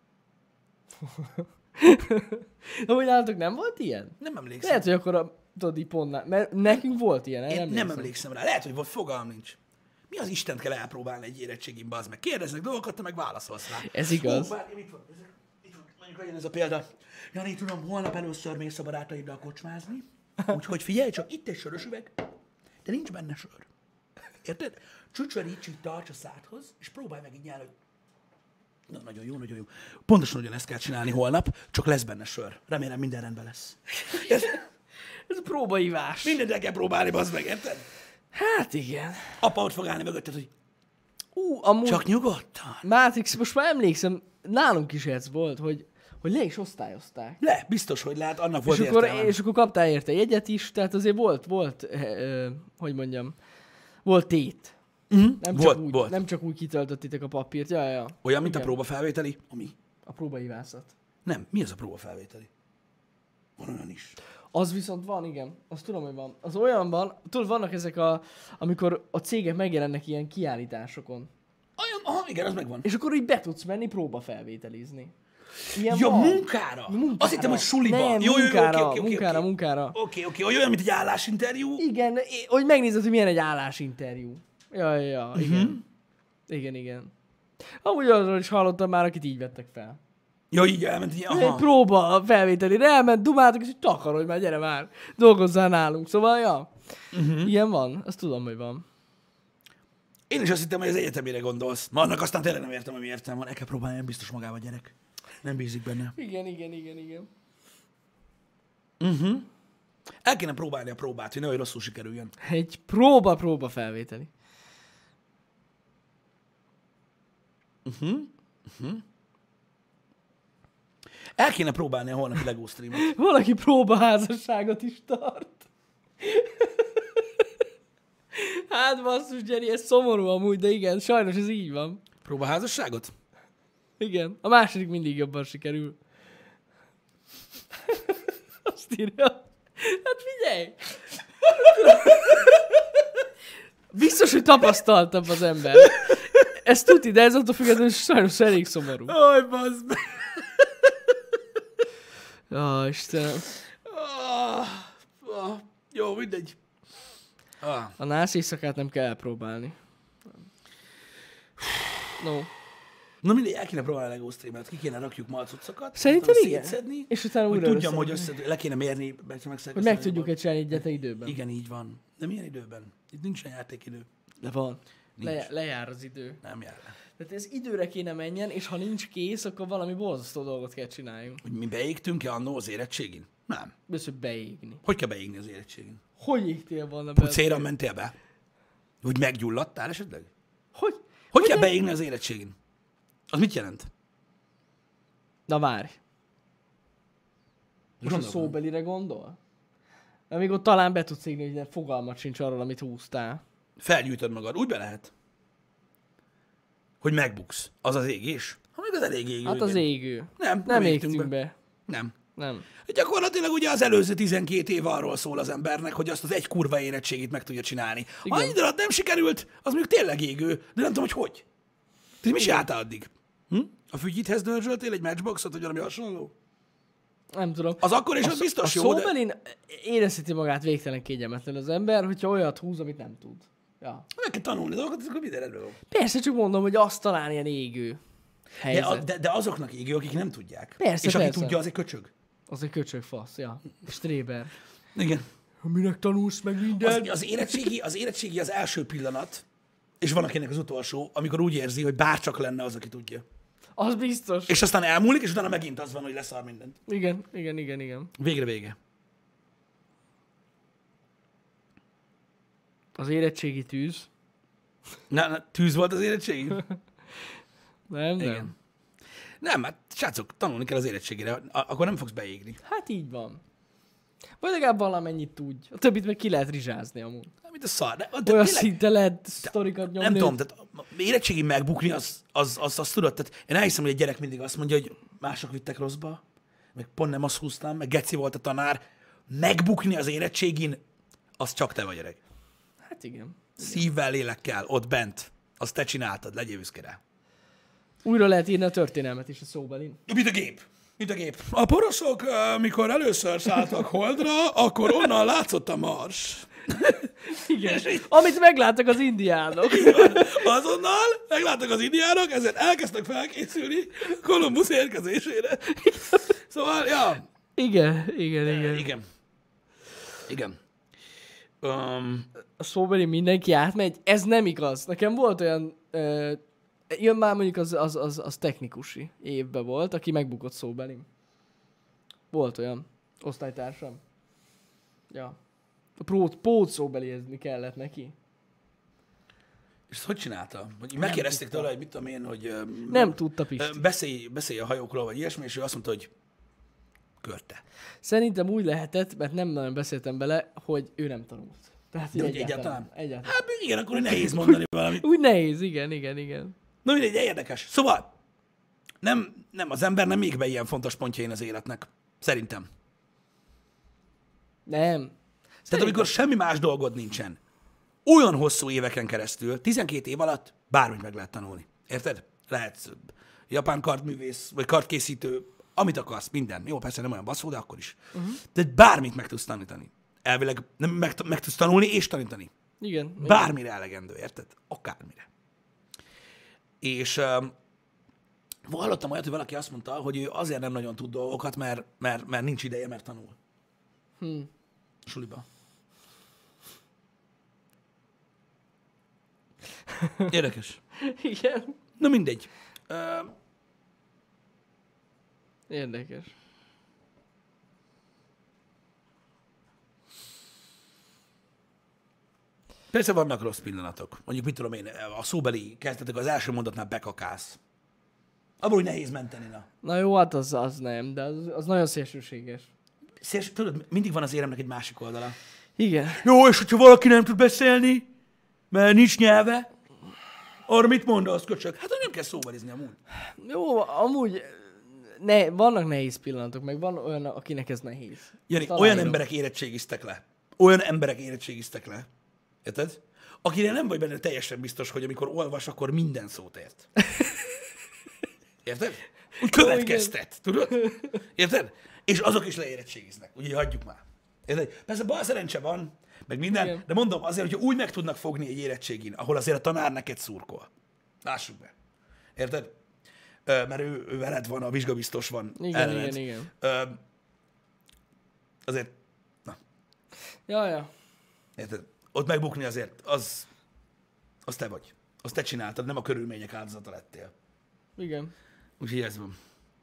Amúgy nálatok nem volt ilyen? Nem emlékszem. Lehet, hogy akkor tudod így pont mert nekünk volt ilyen, Én nem emlékszem. emlékszem rá. Lehet, hogy volt fogalm nincs. Mi az Istent kell elpróbálni egy érettségin, bazd meg? Kérdeznek dolgokat, te meg válaszolsz rá. Ez igaz. Várj, itt van. Mondjuk legyen ez a példa. Jani, tudom, holnap először mész a barátaiddal kocsmázni. Úgyhogy figyelj csak, itt egy sörös üveg, de nincs benne sör. Érted? Csücsöríts így, tarts a szádhoz, és próbálj meg így nyelni. Na, nagyon jó, nagyon jó. Pontosan ugyanezt kell csinálni holnap, csak lesz benne sör. Remélem minden rendben lesz. Ez a próbaivás. Mindent el kell próbálni, bazd meg, érted? Hát igen. Apa ott fog állni mögötted, hogy Amúgy csak nyugodtan. Matrix, most már emlékszem, nálunk is ez volt, hogy le is osztályozták. Biztos, hogy lehet, annak volt És akkor kaptál érte jegyet is, tehát azért volt hogy mondjam, volt tét. Nem csak, volt. nem csak úgy kitöltöttétek a papírt. Ja. Olyan, mint Igen. a próbafelvételi? Ami? A próbaivászat. Nem, mi az a próbafelvételi? Van olyan is. Az viszont van, igen. Azt tudom, hogy van. Az olyan van, tudod, vannak ezek amikor a cégek megjelennek ilyen kiállításokon. Aha, igen, az megvan. És akkor így be tudsz menni próbafelvételizni. Ilyen Ja, van. munkára? Azt hittem, hogy suliba. Nem, Jó, munkára. Oké, olyan, mint egy állásinterjú. Igen, hogy megnézed, hogy milyen egy állásinterjú. Ja, igen. Igen. Amúgy arról is hallottam már, akit így vettek fel. Ja, így elment, így, Egy aha. próba felvételire elment, dumáltak, és így takarodj már, gyere már, dolgozzál nálunk. Szóval, ja, ilyen van, azt tudom, hogy van. Én is azt hittem, hogy az egyetemére gondolsz. Ma annak aztán tényleg nem értem, hogy mi értem van. El kell próbálni, nem biztos magával gyerek. Nem bízik benne. Igen. El kéne próbálni a próbát, hogy nehogy rosszul sikerüljön. Egy próba felvételi. El kéne próbálni a holnapi LEGO streamet. Valaki próbaházasságot is tart. Hát basszus, Gyeri, ez szomorú amúgy, de igen, sajnos ez így van. Próbaházasságot? Igen, a második mindig jobban sikerül. Azt írja. Hát figyelj! Biztos, hogy tapasztaltabb az ember. Ez tuti, de ez attól függetlenül sajnos elég szomorú. Aj, bazd meg! Ó, Istenem. Jó, mindegy. A nász éjszakát nem kell elpróbálni. No. Na mindegy, el kéne próbálni a LEGO streamet, ki kéne rakjuk ma a cuccokat. Szerintem utána igen. szétszedni, És utána hogy újra tudjam, hogy összeszedni. le kéne mérni, Hogy meg tudjuk-e csinálni egyet időben. Igen, így van. De milyen időben? Itt nincsen játékidő. De van. Nincs. Lejár az idő. Nem jár le. Tehát ez időre kéne menjen, és ha nincs kész, akkor valami borzasztó dolgot kell csináljunk. Hogy mi beégtünk-e annó az érettségin? Nem. Biztos, hogy beégni. Hogy kell beégni az érettségin? Hogy égtél volna be? Pucéra mentél be? Vagy meggyulladtál esetleg? Hogy Kell beégni az érettségin? Az mit jelent? Na várj. Most a Gondolom. szóbelire gondol? Mert még ott talán be tudsz égni, hogy fogalmat sincs arról, amit húztál. Felgyújtod magad. Úgy be lehet. Hogy megbuksz. Az az égés? Ha még az elég égő. Hát az igen. égő. Nem égtünk be. Nem. Nem. Gyakorlatilag ugye az előző 12 év arról szól az embernek, hogy azt az egy kurva érettségit meg tudja csinálni. Ha Igen. idő alatt nem sikerült, az mondjuk tényleg égő, de nem tudom, hogy. Te mi csináltál addig? A fügyithez dörzsöltél egy matchboxot, vagy valami hasonló? Nem tudom. Az akkor és az biztos a jó, de... szóbelin érezheti magát végtelen kényelmetlen az ember, hogyha olyat húz, amit nem tud. Ja. Meg kell tanulni dolgokat, akkor minden rendben van. Persze, csak mondom, hogy azt talán ilyen égő helyzet. De azoknak égő, akik nem tudják. Persze, és aki persze. tudja, az egy köcsög. Az egy köcsög fasz, ja. Stréber. Igen. Minek tanulsz meg mindent? Az érettségi az első pillanat, és van akinek az utolsó, amikor úgy érzi, hogy bárcsak lenne az, aki tudja. Az biztos. És aztán elmúlik, és utána megint az van, hogy leszar mindent. Igen. Végre. Az érettségi tűz. Na, tűz volt az érettségi? Nem. Nem, hát srácok, tanulni kell az érettségére, akkor nem fogsz beégni. Hát így van. Vagy legalább valamennyit tudj. A többit meg ki lehet rizsázni amúgy. Mint a szar. De Olyan tényleg, szinte lehet sztorikat nyomni. nem tudom, tehát érettségi megbukni, az tudod. Tehát én elhiszem, hogy egy gyerek mindig azt mondja, hogy mások vittek rosszba, meg pont nem azt húztam, meg geci volt a tanár. Megbukni az érettségin, az csak te vagy, gyerek. Hát igen. Szívvel, lélekkel, ott bent. Azt te csináltad, legyél büszke rá. Újra lehet írni a történelmet is a szóbelin. Mint a gép. A poroszok, mikor először szálltak Holdra, akkor onnan látszott a Mars. Igen. Amit megláttak az indiánok. Azonnal megláttak az indiánok, ezért elkezdtek felkészülni Kolumbusz érkezésére. Szóval, ja. Igen. A szóbeli mindenki átmegy. Ez nem igaz. Nekem volt olyan... jön már mondjuk az technikusi évben volt, aki megbukott szóbelin. Volt olyan osztálytársam. Ja. A pót szóbeliezni kellett neki. És ezt hogy csinálta? Hogy megkérdezték tőle, hogy mit tudom én, hogy... Nem tudta, Pisti. Beszélj a hajókról, vagy ilyesmi, és ő azt mondta, hogy körte. Szerintem úgy lehetett, mert nem nagyon beszéltem bele, hogy ő nem tanult. Tehát, De hogy egyáltalán? Egyáltalán. Hát igen, akkor nehéz mondani valamit. Úgy nehéz, igen. Na mindegy, érdekes. Szóval, nem az ember nem még be ilyen fontos pontjain az életnek. Szerintem. Nem. Tehát amikor semmi más dolgod nincsen, olyan hosszú éveken keresztül, 12 év alatt bármit meg lehet tanulni. Érted? Lehet japán kardművész, vagy kardkészítő, amit akarsz, minden. Jó, persze nem olyan baszó, de akkor is. De bármit meg tudsz tanítani. Elvileg nem meg tudsz tanulni és tanítani. Igen. Bármire elegendő, érted? Akármire. És hallottam olyat, hogy valaki azt mondta, hogy ő azért nem nagyon tud dolgokat, mert nincs ideje, mert tanul. Suliba. Érdekes. Igen. Na mindegy. Érdekes. Persze vannak rossz pillanatok. Mondjuk, mit tudom én, a szóbeli kezdetek az első mondatnál bekakálsz. Abból, hogy nehéz menteni, na. Na jó, hát az nem, de az nagyon szélsőséges. Tudod, mindig van az éremnek egy másik oldala. Igen. Jó, és hogyha valaki nem tud beszélni, mert nincs nyelve, arra mit mondasz, köcsög? Hát nem kell szóbelizni amúgy. Jó, amúgy vannak nehéz pillanatok, meg van olyan, akinek ez nehéz. Jani, Talán olyan jó. emberek érettségiztek le. Olyan emberek érettségiztek le. Érted? Akire nem vagy benne teljesen biztos, hogy amikor olvas, akkor minden szót ért. Érted? Úgy következtet, tudod? Érted? És azok is leérettségiznek. Úgyhogy hagyjuk már. Érted? Persze bal szerencse van, meg minden, Igen. de mondom azért, hogyha úgy meg tudnak fogni egy érettségin, ahol azért a tanár neked szurkol. Lássuk be. Érted? Mert ő veled van, a vizsgabiztos van. Igen, ellened. igen. Azért, na, Ja. érted? Ott megbukni azért, az te vagy. Azt te csináltad, nem a körülmények áldozata lettél. Igen. Úgyhogy ez van.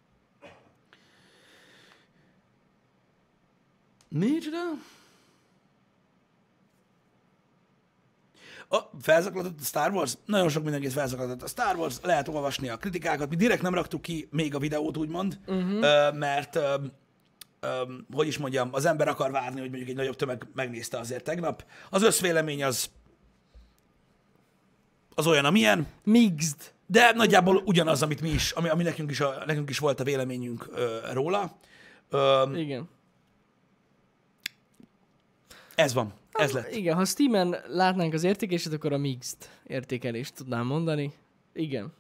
Micsoda? Felzaklatott a Star Wars? Nagyon sok mindenkit felzaklatott a Star Wars, lehet olvasni a kritikákat. Mi direkt nem raktuk ki még a videót, úgymond, mert, hogy is mondjam, az ember akar várni, hogy mondjuk egy nagyobb tömeg megnézte azért tegnap. Az összvélemény az olyan, amilyen. Mixed. De nagyjából ugyanaz, amit mi is, ami nekünk is volt a véleményünk róla. Igen. Ez van, ez lett. Igen, ha Steamen látnánk az értékelést, akkor a mixed értékelést tudnám mondani. Igen.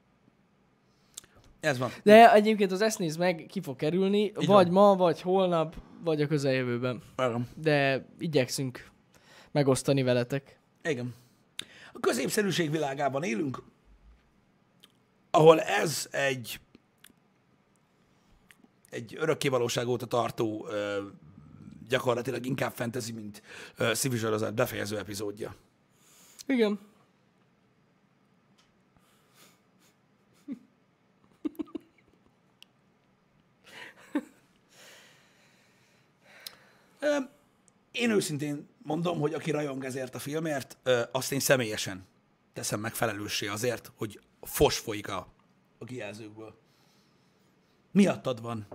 Ez van. De egyébként az ezt nézd meg, ki fog kerülni, Így vagy van. ma, vagy holnap, vagy a közeljövőben. Igen. De igyekszünk megosztani veletek. Igen. A középszerűség világában élünk, ahol ez egy örökkévalóság óta tartó, gyakorlatilag inkább fantasy, mint sci-fi sorozat befejező epizódja. Igen. Én őszintén mondom, hogy aki rajong ezért a filmért, azt én személyesen teszem meg felelőssé azért, hogy fos folyik a kijelzőkből. Miattad van,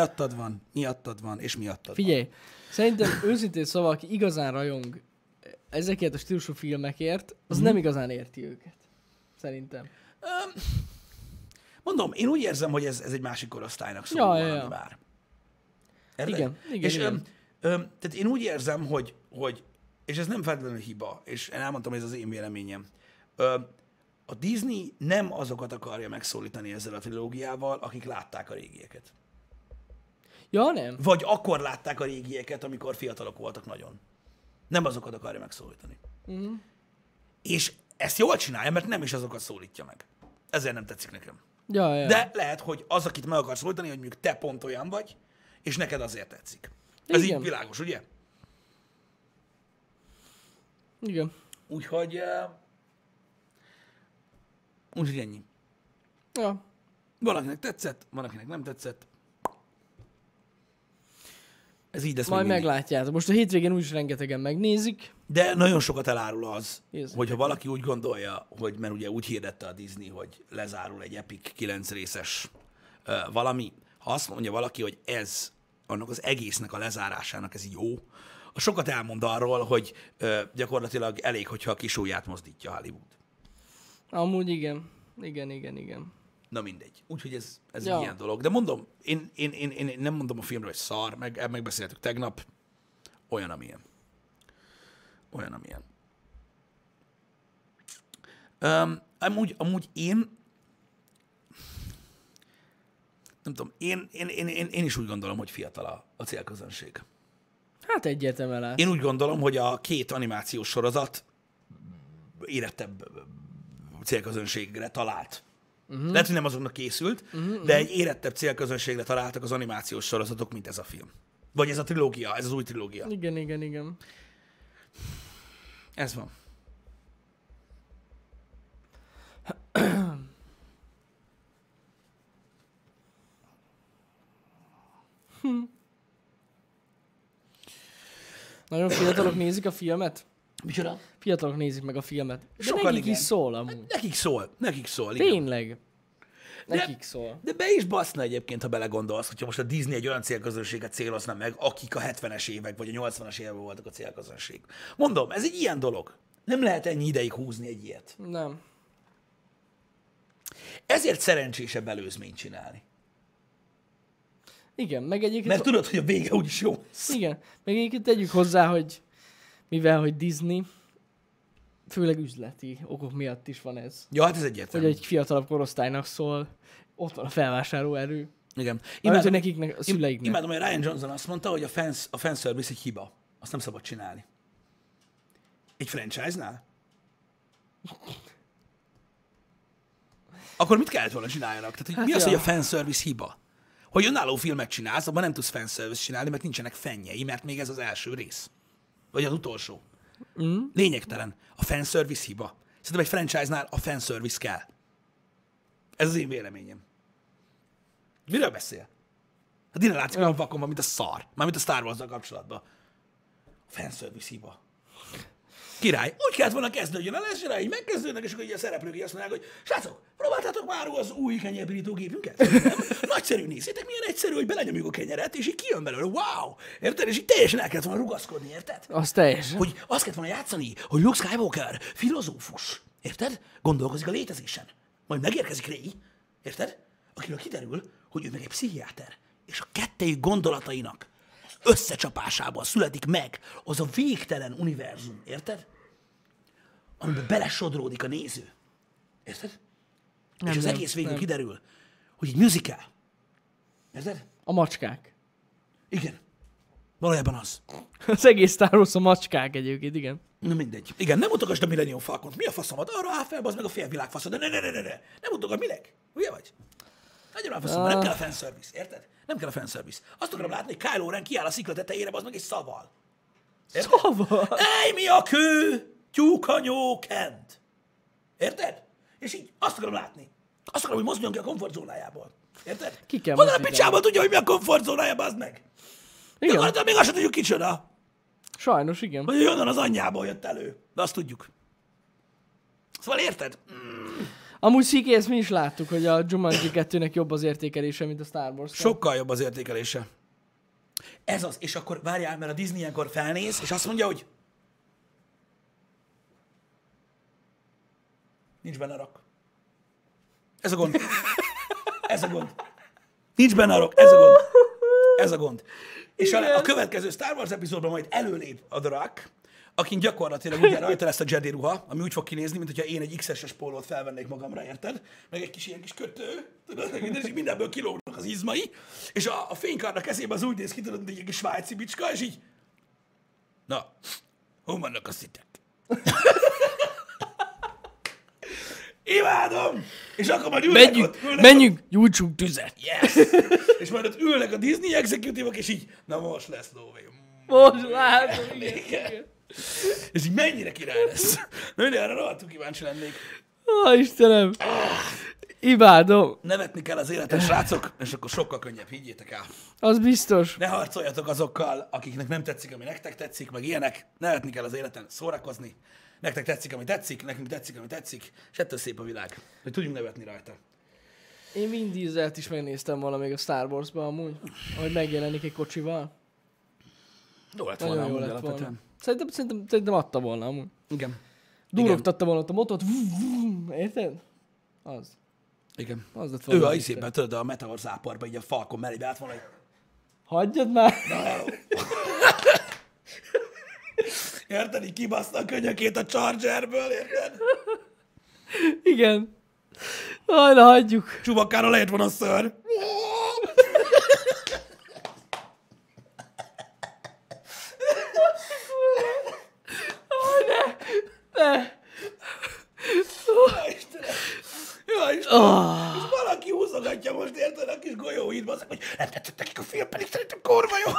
és miattad van. Figyelj, szerintem őszintén szóval, aki igazán rajong ezekért a stílusú filmekért, az nem igazán érti őket. Szerintem. Mondom, én úgy érzem, hogy ez egy másik korosztálynak szól valami bár. Érted? Igen. És tehát én úgy érzem, hogy és ez nem feltétlenül hiba, és én elmondtam, hogy ez az én véleményem. A Disney nem azokat akarja megszólítani ezzel a trilógiával, akik látták a régieket. Ja, nem? Vagy akkor látták a régieket, amikor fiatalok voltak nagyon. Nem azokat akarja megszólítani. És ezt jól csinálja, mert nem is azokat szólítja meg. Ezért nem tetszik nekem. Ja. De lehet, hogy az, akit meg akarsz szólítani, hogy mondjuk te pont olyan vagy, és neked azért tetszik. Ez Igen. így világos, ugye? Igen. Úgyhogy ennyi. Ja. Valakinek tetszett, valakinek nem tetszett. Ez így lesz Majd még mindig. meglátjátok. Most a hétvégén úgyis rengetegen megnézik. De nagyon sokat elárul az, Érzek. hogyha valaki úgy gondolja, hogy, mert ugye úgy hirdette a Disney, hogy lezárul egy Epic 9 részes valami, ha azt mondja valaki, hogy ez annak az egésznek a lezárásának ez jó, az sokat elmond arról, hogy gyakorlatilag elég, hogyha a kis ujját mozdítja Hollywood. Amúgy igen. Igen. Na mindegy. Úgyhogy ez egy Ja. ilyen dolog. De mondom, én nem mondom a filmről, hogy szar, megbeszéltük tegnap, olyan, amilyen. Olyan, amilyen. Amúgy én nem tudom, én is úgy gondolom, hogy fiatal a célközönség. Hát egyértelműen lát. Én úgy gondolom, hogy a két animációs sorozat érettebb célközönségre talált. Lehet, hogy nem azonnak készült, de egy érettebb célközönségre találtak az animációs sorozatok, mint ez a film. Vagy ez a trilógia, ez az új trilógia. Igen. Ez van. Nagyon fiatalok nézik a filmet? Micsoda? Fiatalok nézik meg a filmet. De Sokan nekik igen. is szól amúgy. Nekik szól, igen. Tényleg. Nekik szól. De be is baszna egyébként, ha belegondolsz, hogyha most a Disney egy olyan célközönséget célozna meg, akik a 70-es évek vagy a 80-as években voltak a célközönség. Mondom, ez egy ilyen dolog. Nem lehet ennyi ideig húzni egy ilyet. Nem. Ezért szerencsésebb előzményt csinálni. Igen, meg egyébként... Mert tudod, hogy a vége úgyis jó lesz. Igen, meg egyébként tegyük hozzá, hogy mivel, hogy Disney, főleg üzleti okok miatt is van ez. Ja, hát ez Hogy egyértelmű. egy fiatalabb korosztálynak szól, ott van a felvásárló erő. Igen. Imádom, nekiknek, a szüleiknek. Imádom, hogy Ryan Johnson azt mondta, hogy a fanservice egy hiba. Azt nem szabad csinálni. Egy franchise-nál? Akkor mit kellett volna csináljanak? Tehát, hogy Hát mi az, ja. hogy a fanservice hiba? Hogy önálló filmet csinálsz, abban nem tudsz fanservice csinálni, mert nincsenek fennyei, mert még ez az első rész. Vagy az utolsó. Lényegtelen. A fanservice hiba. Szerintem egy franchise-nál a fanservice kell. Ez az én véleményem. Miről beszél? Hát innen látszik, olyan vakon van, mint a szar. Mármint a Star Wars-zal kapcsolatban. A fanservice hiba. Király. Úgy kellett volna kezdődjön, lesz rá, így megkezdődnek, és akkor így a szereplők így azt mondják, hogy srácok, próbáltátok már az új kenyérpirító gépünket? Nem? Nagyszerű, nézzétek, milyen egyszerű, hogy belenyomjuk a kenyeret, és így kijön belőle, wow! Érted? És így teljesen el kellett volna rugaszkodni, érted? Az teljesen. Hogy azt kellett volna játszani, hogy Luke Skywalker filozófus, érted? Gondolkozik a létezésen. Majd megérkezik Rey, érted? Akiről kiderül, hogy ő meg egy pszichiáter, és a kettejük gondolatainak összecsapásából születik meg az a végtelen univerzum, érted? Amiben belesodródik a néző. Érted? És az egész végül kiderül, hogy egy musical. Érted? A macskák. Igen. Valójában az. Az egész Star Wars a macskák egyébként, igen. Na mindegy. Igen, nem mutogasd a Millennium Falcont. Mi a faszomat? Arra áll fel, az meg a félvilág faszod. Ne. Nem mutogasd, minek? Ugye vagy? Nagyon elfaszom, nem kell a fanservice, érted? Nem kell a fanservice. Azt akarom látni, hogy Kylo Ren kiáll a szikla tetejére, az meg egy szaval. Érted? Szaval? Ej, mi a kő? Tyúkanyó kent. Érted? És így azt akarom látni. Azt akarom, hogy mozduljon ki a komfortzónájából. Érted? Ki kell honnan a mozdítani. picsából tudja, hogy mi a komfortzónája, az meg? Igen. Gyakorlatilag még azt sem tudjuk kicsoda. Sajnos, igen. Vagy onnan az anyjából jött elő. De azt tudjuk. Szóval érted? Amúgy Sziki, ezt mi is láttuk, hogy a Jumanji 2-nek jobb az értékelése, mint a Star Wars. Sokkal jobb az értékelése. Ez az. És akkor várjál, mert a Disney ilyenkor felnéz, és azt mondja, hogy nincs benne rak. Ez a gond. Ez a gond. Nincs benne a rak. Ez a gond. Ez a gond. És a következő Star Wars epizódban majd előlép a The Rock, akin gyakorlatilag ugye rajta lesz a Jedi ruha, ami úgy fog kinézni, mint hogyha én egy XS-es pólót felvennék magamra, érted? Meg egy kis ilyen kis kötő, tudod, meg minden, és mindenből kilógnak az izmai, és a fénykard a kezében az úgy néz ki, tudod, mint egy kis svájci bicska, és így, na, hol vannak a szitek? Imádom! És akkor majd ülnek ott, Menjünk, gyújtsunk tüzet. Yes! És majd ott ülnek a Disney executívok, és így, na most lesz lóvé. Most látom, igen. És így mennyire király lesz. Nagyon erre rohadtul kíváncsi lennék. Ó, Istenem. Imádom. Nevetni kell az életen, srácok, és akkor sokkal könnyebb, higgyétek el. Az biztos. Ne harcoljatok azokkal, akiknek nem tetszik, ami nektek tetszik, meg ilyenek. Nevetni kell az életen, szórakozni. Nektek tetszik, ami tetszik, nekünk tetszik, ami tetszik, és ettől szép a világ, hogy tudjunk nevetni rajta. Én Vin Dieselt is megnéztem volna még a Star Wars-ban amúgy, ahogy megjelenik egy kocsival. Jó lett Nagyon volna, jó amúgy lett volna. alapvetően. Szerintem adta volna amúgy. Igen. Durogtatta volna ott a motot, érted? Az. Igen. Az lett Ő volna. a izében, tudod, a Meteor záporba, így a Falcon mellé beállt volna, hogy Hagyjad már! na, hello. Érted? Így kibaszta a könyökét a Chargerből, érted? Igen. Aj, na hagyjuk. Csubakkára lehet van a ször. Ne. Jaj, Istenem! Jaj, Istenem! És valaki húzogatja most, érted, a kis golyóid, bazzak, hogy nem tetszett nekik a film, pedig szerintem kurva jó.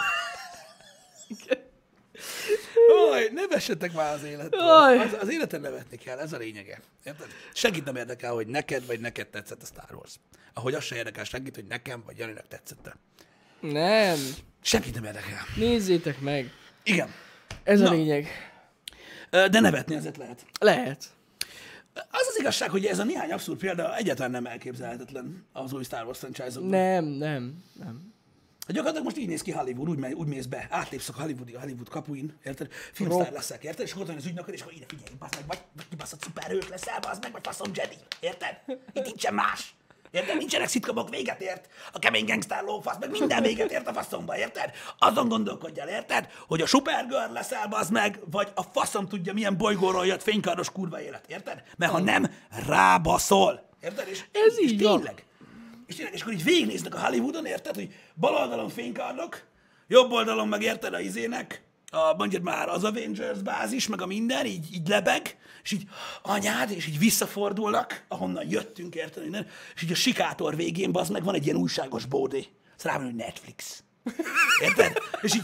Jaj, ne vessetek már az élettől. Az életen nevetni kell, ez a lényege. Érted? Senkit nem érdekel, hogy neked vagy neked tetszett a Star Wars. Ahogy az se érdekel senkit, hogy nekem vagy Janinak tetszett. Nem. Senkit nem érdekel. Nézzétek meg. Igen. Ez a lényeg. De nevetni azért lehet. Lehet. Az az igazság, hogy ez a néhány abszurd példa egyáltalán nem elképzelhetetlen az új Star Wars franchise-okban. Nem. Hát gyakorlatilag most így néz ki Hollywood, úgy mész be, átlépsz a Hollywood kapuin, érted? Filmsztár leszek, érted? És akkor ott van az ügynököd, és akkor ide figyelj, bassz meg, vagy kibaszott szuperhős leszel, bassz meg, vagy faszom Jedi, érted? Itt nincsen más. Érted? Nincsenek szitkomok, véget ért. A kemény gangster lófasz, meg minden véget ért a faszomba, érted? Azon gondolkodjál, érted? Hogy a Supergirl leszel, bazd meg, vagy a faszom tudja, milyen bolygóról jött fénykardos kurva élet, érted? Mert ha nem, rábaszol. Érted? Ez így van. Tényleg. És akkor így végignéznek a Hollywoodon, érted? Hogy bal oldalon fénykardok, jobb oldalon meg érted a izének, mondjad már az Avengers bázis, meg a minden, így lebeg, és így anyád, és így visszafordulnak, ahonnan jöttünk, érted? Minden, és így a sikátor végén, bazd meg, van egy ilyen újságos bódé. Azt rá van, hogy Netflix. Érted? És így,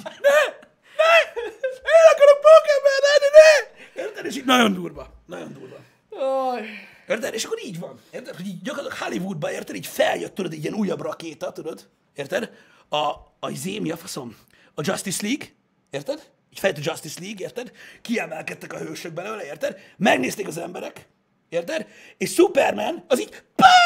én akarok Pokémon lenni, ne! Érted? És így nagyon durva. Érted? És akkor így van. Érted? Hogy így gyakorlatilag Hollywoodba, érted? Így feljött, tudod, egy ilyen újabb rakéta, tudod? Érted? Mi a faszom? A Justice League, érted? Így feljött a Justice League, érted? Kiemelkedtek a hősök belőle, érted? Megnézték az emberek, érted? És Superman az így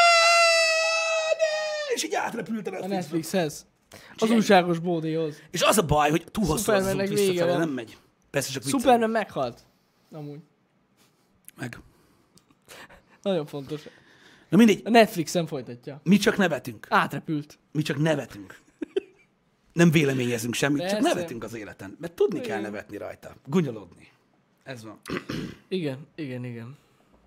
és így átrepült a Netflixhez. Az újságos bódéhoz. És az a baj, hogy túl hosszú az út visszafelé, van. nem megy. Persze csak viccelem. Superman meghalt. Amúgy. Meg. Nagyon fontos. Na mindegy. A Netflixen folytatja. Mi csak nevetünk. Átrepült. Mi csak nevetünk. Nem véleményezünk semmit, Persze. csak nevetünk az életen. Mert tudni kell nevetni rajta. Gunyolodni. Ez van. Igen.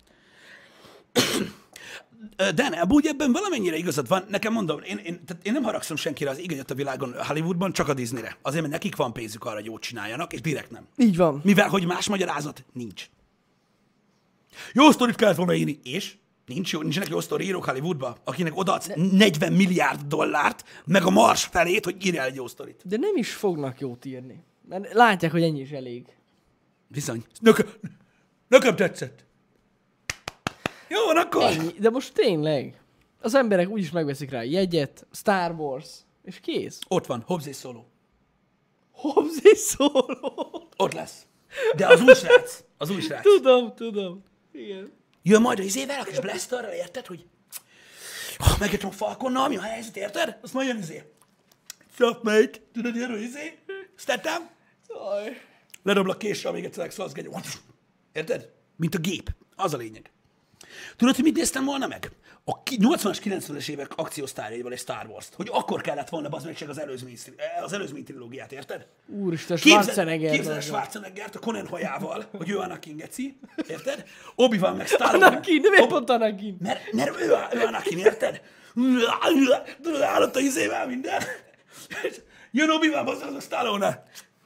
De amúgy ebben valamennyire igazad van. Nekem mondom, én nem haragszom senkire az igényet a világon Hollywoodban, csak a Disneyre. Azért, mert nekik van pénzük arra, hogy jót csináljanak, és direkt nem. Így van. Mivel, hogy más magyarázat nincs. Jó sztorit kellett volna írni, és nincsenek jó sztori írók Hollywoodba, akinek odaadsz 40 milliárd dollárt, meg a Mars felét, hogy írjál egy jó sztorit. De nem is fognak jót írni. Mert látják, hogy ennyi is elég. Bizony. Nekem tetszett. Jó van akkor. Ennyi. De most tényleg. Az emberek úgyis megveszik rá a jegyet, Star Wars, és kész. Ott van, Hobbs és Solo. Hobbs és Solo. Ott lesz. De az új srác. Az új srác. Tudom. Igen. Jön majd a izével, a kis Blasterrel, érted, hogy megjöttem a Falconnal, mi a helyzet, érted? Azt majd jön izé. What's up, mate? Tudod, jön, hogy izé? Sztettem? Ledoblak késsel, még egyszer szalszgegy. Érted? Mint a gép. Az a lényeg. Tudod, hogy mit néztem volna meg? A 80-as, 90-es évek akciósztárjaival egy Star Wars-t. Hogy akkor kellett volna bazd meg csak az előzmény trilógiát, érted? Úristen, Schwarzenegger. Képzeld a Schwarzeneggert a Conan hajával, hogy ő Anakin geci, érted? Obi-Wan meg Stallone. Anakin, de miért pont Anakin? Mert ő Anakin, érted? Tudod, állott a izével minden. Jön Obi-Wan, bazd meg, az a Stallone.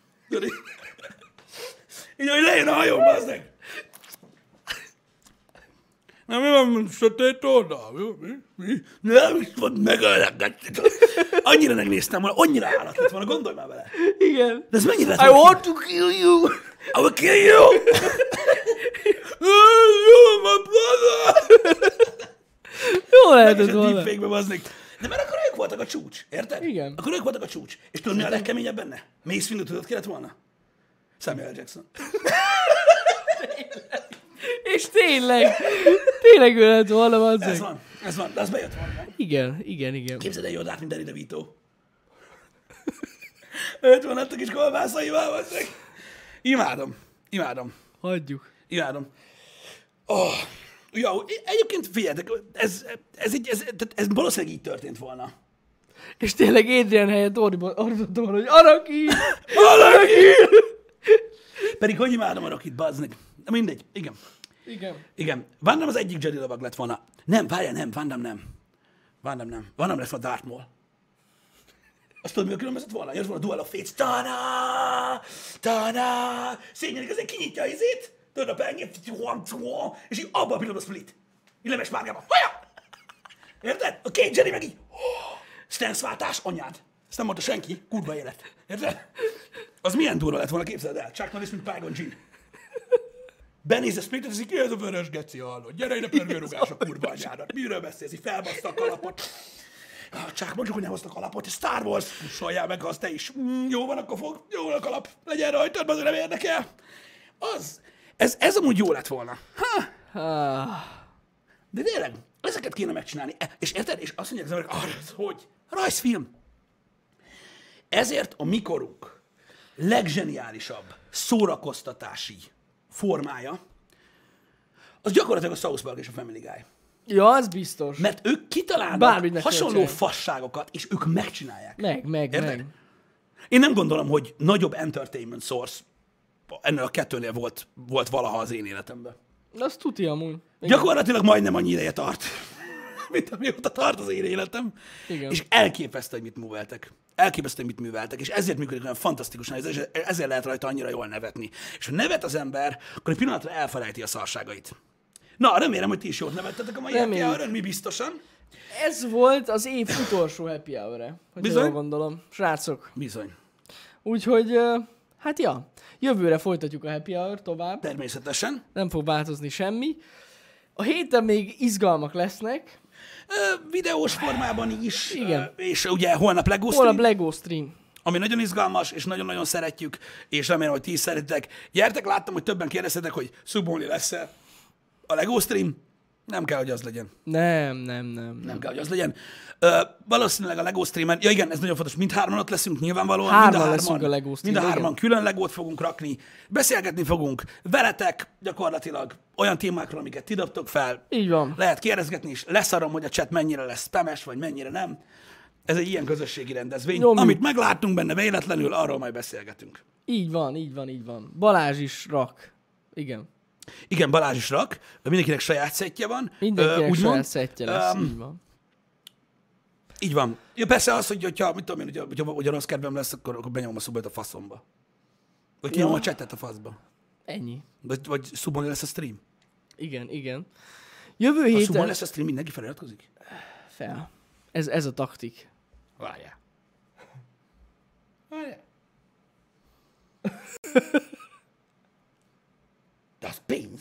Így, hogy lejön a hajón, bazd meg. Na, mi van, sötét oldal? Mi? Nem is van, megölnek. Annyira megnéztem volna, annyira állat lett volna, gondolj már vele. Igen. De ez mennyire lett I want to kill you. I will kill you. You, my brother. Jó lehetett volna. volna. Deepfake-be bazzik. De mert akkor ők voltak a csúcs, érted? Igen. Akkor ők voltak a csúcs. És tudod, mi a legkeményebb benne? Mace Windu tudod, ki lett volna? Samuel L. Jackson. És tényleg ő lett volna, bazzeg. Ez van, de az bejött volna. Igen. Képzeld el Jodát, mint Danny DeVito. Őt van ott a kis kolbászaival, bazzeg. Imádom. Hagyjuk. Imádom. Oh. Jó, egyébként figyeljetek, ez valószínűleg így történt volna. És tényleg Adrian helyett ordítottam volna, hogy Anakin! Pedig hogy imádom a Rockit, bazdmeg. De mindegy, igen. Igen. Igen. Van Damme az egyik Jedi lovag lett volna. Nem, várjál, nem, Van Damme nem. Van Damme nem. Van Damme lesz volna Darth Maul. Azt tudod, mi a különbözött volna? Jött volna Duel of Fates. Tana! Szégyenik, azért kinyitja az izét. Tudod, a pengét. És így abban a pillanatban split. Így lemes márgában. Érted? A két Jedi meg így. Stance-váltás, anyád. Ezt nem mondta senki. Kurva élet. Érted? Az milyen durva lett volna, képzeld el. Chuck Norris, mint Qui-Gon Jinn. Benéz a Splitet, és így, ki ez a vörös geci, hallod? Gyere ide pörgőrugás a kurva anyádat. Miről beszélsz? Így felbassza a kalapot. Csak mondjuk, hogy nem hoztak kalapot. Star Wars. Pussoljál meg, az te is. Jó van, akkor fog. Jó van a kalap. Legyen rajtad, azért nem érdekel. Az. Ez amúgy jó lett volna. De tényleg, ezeket kéne megcsinálni. És érted? És azt mondják az emberek, hogy? Rajzfilm. Ezért a mikorunk leggeniálisabb szórakoztatási formája, az gyakorlatilag a South Park és a Family Guy. Ja, az biztos. Mert ők kitalálnak Bármit hasonló megcsinálják. fasságokat, és ők megcsinálják. Meg. Én nem gondolom, hogy nagyobb entertainment source ennél a kettőnél volt valaha az én életemben. Azt tuti amúgy. Gyakorlatilag majdnem annyi ideje tart, mint amióta tart az én életem. Igen. És elképesztő, hogy mit műveltek. Elképesztő, hogy mit műveltek, és ezért működik olyan fantasztikusan, és ezért lehet rajta annyira jól nevetni. És ha nevet az ember, akkor egy pillanatra elfelejti a szarságait. Na, remélem, hogy ti is jót nevettetek a mai happy hour-ön, mi biztosan. Ez volt az év utolsó happy hour-e, hogy Bizony. jól gondolom. Srácok. Bizony. Úgyhogy, hát ja, jövőre folytatjuk a happy hour tovább. Természetesen. Nem fog változni semmi. A héten még izgalmak lesznek. Videós formában is. Igen. És ugye holnap Lego stream, Holnap Lego stream. ami nagyon izgalmas, és nagyon-nagyon szeretjük, és remélem, hogy ti is szeretitek. Gyertek, láttam, hogy többen kérdeztetek, hogy Subonli lesz-e a Lego stream. Nem kell, hogy az legyen. Nem. Nem kell, hogy az legyen. Valószínűleg a Lego streamen, ja igen, ez nagyon fontos, mindhárman ott leszünk, nyilvánvalóan. Hárman leszünk a Lego streamen, Mind a hárman igen. külön Legót fogunk rakni, beszélgetni fogunk veletek gyakorlatilag olyan témákról, amiket ti dobtok fel. Így van. Lehet kérdezgetni is, leszarom, hogy a chat mennyire lesz spames, vagy mennyire nem. Ez egy ilyen közösségi rendezvény. Nyomjuk. Amit megláttunk benne véletlenül, arról majd beszélgetünk. Így van. Balázs is rak. Igen. Igen, Balázs is rak, mindenkinek saját szettje van. Mindenkinek úgymond. saját szettje lesz. Így van. Így van. Ja, persze az, hogyha, mit tudom én, hogyha rossz kedvem lesz, akkor benyomom a Subonlit a faszomba. Vagy kinyomom a chatet a faszba. Ennyi. Vagy Subonli lesz a stream. Igen. Jövő Ha Subonli héten... lesz a stream, mindenki feliratkozik? Fel. Ez a taktik. Várjál. De az pénz.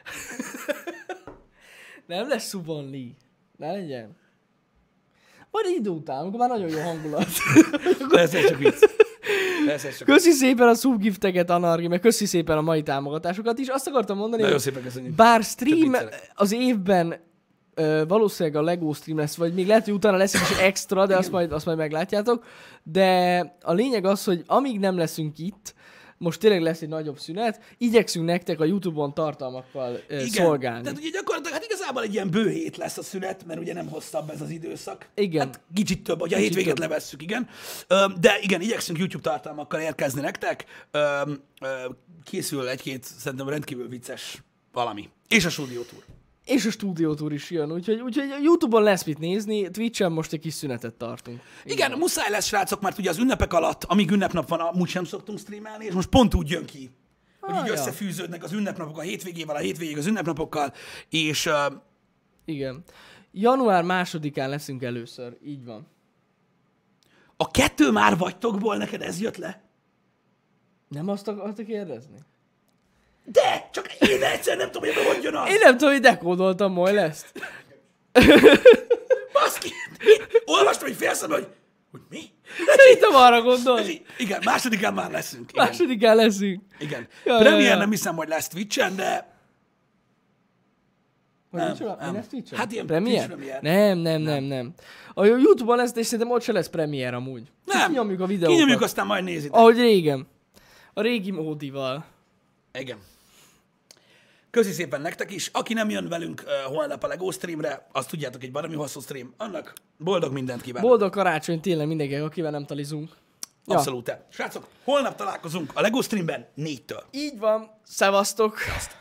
Nem lesz Subonli. Ne legyen. Majd idő után, amikor már nagyon jó hangulat. Ez csak vicc. Köszi szépen a subgifteket, Anargi, meg köszi szépen a mai támogatásokat is. Azt akartam mondani, Nagyon hogy szépen köszönjük. bár stream viccelek. az évben valószínűleg a Lego stream lesz, vagy még lehet, hogy utána lesz is extra, de azt majd meglátjátok. De a lényeg az, hogy amíg nem leszünk itt, most tényleg lesz egy nagyobb szünet, igyekszünk nektek a YouTube-on tartalmakkal szolgálni. Tehát ugye gyakorlatilag, hát igazából egy ilyen bő hét lesz a szünet, mert ugye nem hosszabb ez az időszak. Igen. Hát kicsit több, hogy a Kicsit hétvégét több. levesszük, igen. De igen, igyekszünk YouTube tartalmakkal érkezni nektek. Készül egy-két, szerintem rendkívül vicces valami. És a Studio Tour. És a stúdiótúr is jön, úgyhogy a YouTube-on lesz mit nézni, Twitch-en most egy kis szünetet tartunk. Igen, muszáj lesz, srácok, mert ugye az ünnepek alatt, amíg ünnepnap van, amúgy sem szoktunk streamelni, és most pont úgy jön ki, hogy így ja. összefűződnek az ünnepnapok a hétvégével, a hétvégék az ünnepnapokkal, és Igen. Január 2-án leszünk először, így van. a kettő már vagytokból neked ez jött le? Nem azt akartak kérdezni? De! Csak én egyszer nem tudom, hogy hogy jön az. Én nem tudom, hogy dekódoltam majd ezt. Baszki! Én olvastam egy félszembe, hogy mi? Szerintem arra gondolsz. Igen, másodikán már leszünk. Igen. Másodikán leszünk. Igen. Ja, Premier ja. nem hiszem, hogy lesz Twitch-en, de... Hogy Nem, micsoda? nem. Mi lesz Twitch-en? Hát ilyen Premier? Twitch Premier. Nem. A YouTube-on lesz, és szerintem ott se lesz Premier amúgy. Nem. Kinyomjuk a videókat. Kinyomjuk, aztán majd nézitek. Ahogy régen. A régi módival. Igen. Köszi szépen nektek is. Aki nem jön velünk holnap a Lego streamre, azt tudjátok, egy baromi hosszú stream. Annak boldog mindent kívánok. Boldog karácsony tényleg mindenkinek, akivel nem talizunk. Ja. Abszolút. Srácok, holnap találkozunk a LEGO streamben 4-től. Így van, szevasztok! Sziasztok!